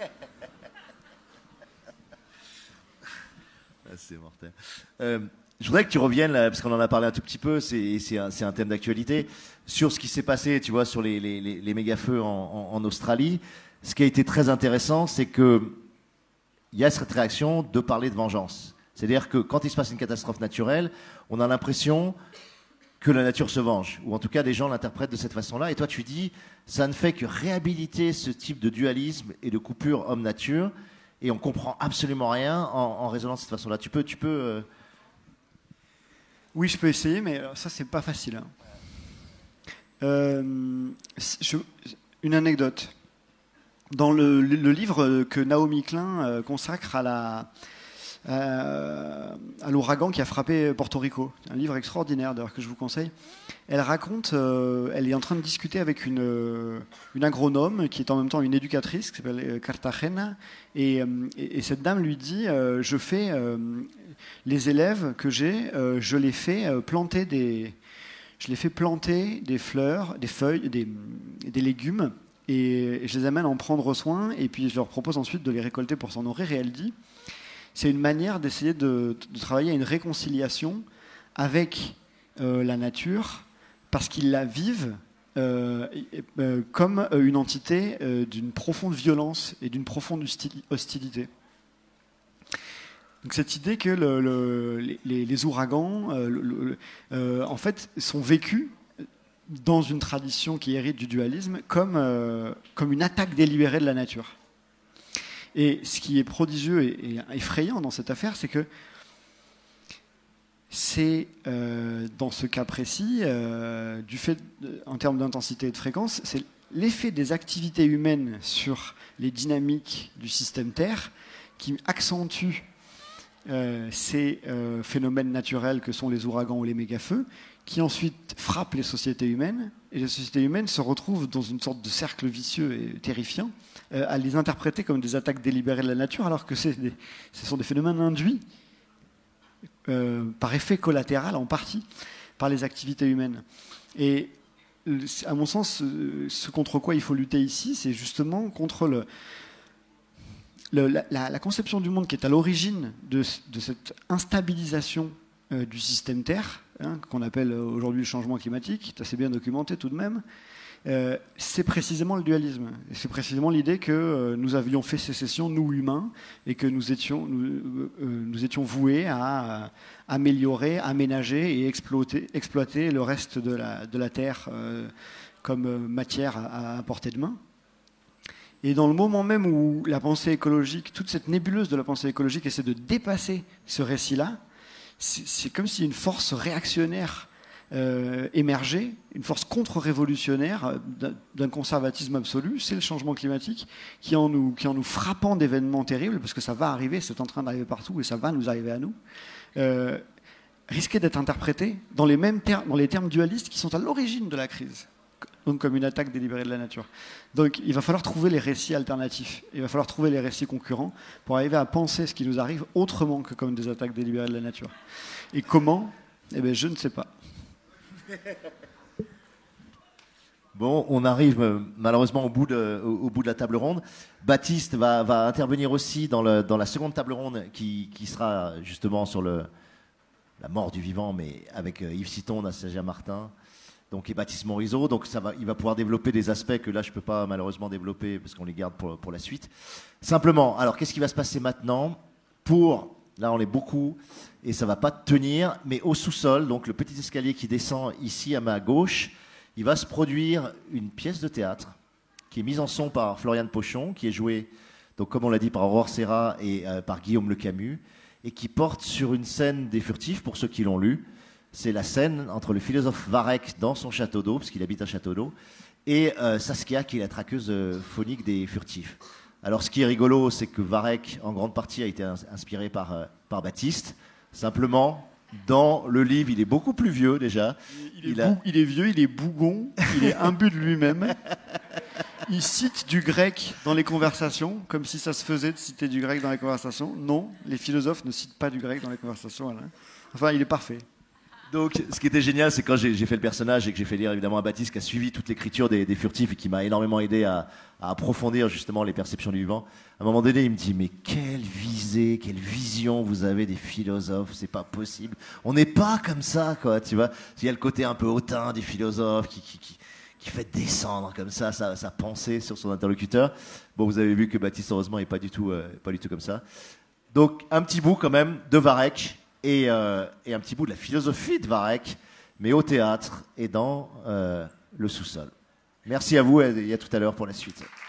Ah, c'est mortel. Euh, je voudrais que tu reviennes, là, parce qu'on en a parlé un tout petit peu, c'est, c'est, un, c'est un thème d'actualité, sur ce qui s'est passé, tu vois, sur les, les, les, les méga-feux en, en, en Australie. Ce qui a été très intéressant, c'est qu'il y a cette réaction de parler de vengeance. C'est-à-dire que quand il se passe une catastrophe naturelle, on a l'impression que la nature se venge, ou en tout cas des gens l'interprètent de cette façon-là, et toi tu dis, ça ne fait que réhabiliter ce type de dualisme et de coupure homme-nature, et on comprend absolument rien en, en raisonnant de cette façon-là. Tu peux... Tu peux euh... Oui, je peux essayer, mais ça c'est pas facile. Hein. Euh, je, une anecdote. Dans le, le livre que Naomi Klein consacre à la... Euh, à l'ouragan qui a frappé Porto Rico. Un livre extraordinaire d'ailleurs que je vous conseille. Elle raconte, euh, elle est en train de discuter avec une, euh, une agronome qui est en même temps une éducatrice qui s'appelle euh, Cartagena et, euh, et, et cette dame lui dit euh, je fais euh, les élèves que j'ai, euh, je les fais euh, planter des, je les fais planter des fleurs, des feuilles, des, des légumes et, et je les amène à en prendre soin et puis je leur propose ensuite de les récolter pour s'en nourrir et elle dit c'est une manière d'essayer de, de travailler à une réconciliation avec euh, la nature, parce qu'ils la vivent euh, euh, comme une entité euh, d'une profonde violence et d'une profonde hostilité. Donc cette idée que le, le, les, les ouragans, euh, le, euh, en fait, sont vécus dans une tradition qui hérite du dualisme comme, euh, comme une attaque délibérée de la nature. Et ce qui est prodigieux et, et effrayant dans cette affaire, c'est que c'est, euh, dans ce cas précis, euh, du fait, de, en termes d'intensité et de fréquence, c'est l'effet des activités humaines sur les dynamiques du système Terre qui accentue euh, ces euh, phénomènes naturels que sont les ouragans ou les méga-feux, qui ensuite frappent les sociétés humaines, et les sociétés humaines se retrouvent dans une sorte de cercle vicieux et terrifiant, euh, à les interpréter comme des attaques délibérées de la nature, alors que c'est des, ce sont des phénomènes induits euh, par effet collatéral, en partie, par les activités humaines. Et à mon sens, ce contre quoi il faut lutter ici, c'est justement contre le, le, la, la conception du monde qui est à l'origine de, de cette instabilisation euh, du système Terre, hein, qu'on appelle aujourd'hui le changement climatique, c'est assez bien documenté tout de même. Euh, c'est précisément le dualisme. Et c'est précisément l'idée que euh, nous avions fait sécession, nous humains, et que nous étions, nous, euh, nous étions voués à euh, améliorer, aménager et exploiter, exploiter le reste de la, de la Terre euh, comme euh, matière à, à portée de main. Et dans le moment même où la pensée écologique, toute cette nébuleuse de la pensée écologique essaie de dépasser ce récit-là, c'est, c'est comme si une force réactionnaire Euh, émerger, une force contre-révolutionnaire d'un, d'un conservatisme absolu, c'est le changement climatique qui en nous, qui en nous frappant d'événements terribles, parce que ça va arriver, c'est en train d'arriver partout et ça va nous arriver à nous, euh, risquait d'être interprété dans les mêmes termes, dans les termes dualistes qui sont à l'origine de la crise, donc comme une attaque délibérée de la nature. Donc il va falloir trouver les récits alternatifs, il va falloir trouver les récits concurrents pour arriver à penser ce qui nous arrive autrement que comme des attaques délibérées de la nature. Et comment ? Eh bien, je ne sais pas. Bon, on arrive euh, malheureusement au bout, de, au, au bout de la table ronde. Baptiste va, va intervenir aussi dans, le, dans la seconde table ronde qui, qui sera justement sur le, la mort du vivant, mais avec euh, Yves Citon, Anastasia Martin, donc, et Baptiste Morisot. Donc ça va, il va pouvoir développer des aspects que là je ne peux pas malheureusement développer parce qu'on les garde pour, pour la suite. Simplement, alors qu'est-ce qui va se passer maintenant pour, là on est beaucoup et ça ne va pas tenir, mais au sous-sol, donc le petit escalier qui descend ici à ma gauche, il va se produire une pièce de théâtre qui est mise en son par Floriane Pochon, qui est jouée, donc, comme on l'a dit, par Aurore Serra et euh, par Guillaume Le Camus, et qui porte sur une scène des Furtifs, pour ceux qui l'ont lu. C'est la scène entre le philosophe Varech dans son château d'eau, parce qu'il habite un château d'eau, et euh, Saskia, qui est la traqueuse euh, phonique des Furtifs. Alors ce qui est rigolo, c'est que Varech, en grande partie, a été ins- inspiré par, euh, par Baptiste. Simplement, dans le livre, il est beaucoup plus vieux déjà. Il est, Il a- bou- il est vieux, il est bougon, il est imbu de lui-même. Il cite du grec dans les conversations, comme si ça se faisait de citer du grec dans les conversations. Non, les philosophes ne citent pas du grec dans les conversations, Alain. Enfin, il est parfait. Donc, ce qui était génial, c'est quand j'ai, j'ai fait le personnage et que j'ai fait lire évidemment à Baptiste, qui a suivi toute l'écriture des, des Furtifs et qui m'a énormément aidé à, à approfondir justement les perceptions du vivant. À un moment donné, il me dit, mais quelle visée, quelle vision vous avez des philosophes, c'est pas possible. On n'est pas comme ça, quoi, tu vois. Il y a le côté un peu hautain des philosophes qui, qui, qui, qui fait descendre comme ça sa, sa pensée sur son interlocuteur. Bon, vous avez vu que Baptiste, heureusement, n'est pas du tout, euh, pas du tout comme ça. Donc, un petit bout quand même de Varech. Et, euh, et un petit bout de la philosophie de Varech, mais au théâtre et dans euh, le sous-sol. Merci à vous et à tout à l'heure pour la suite.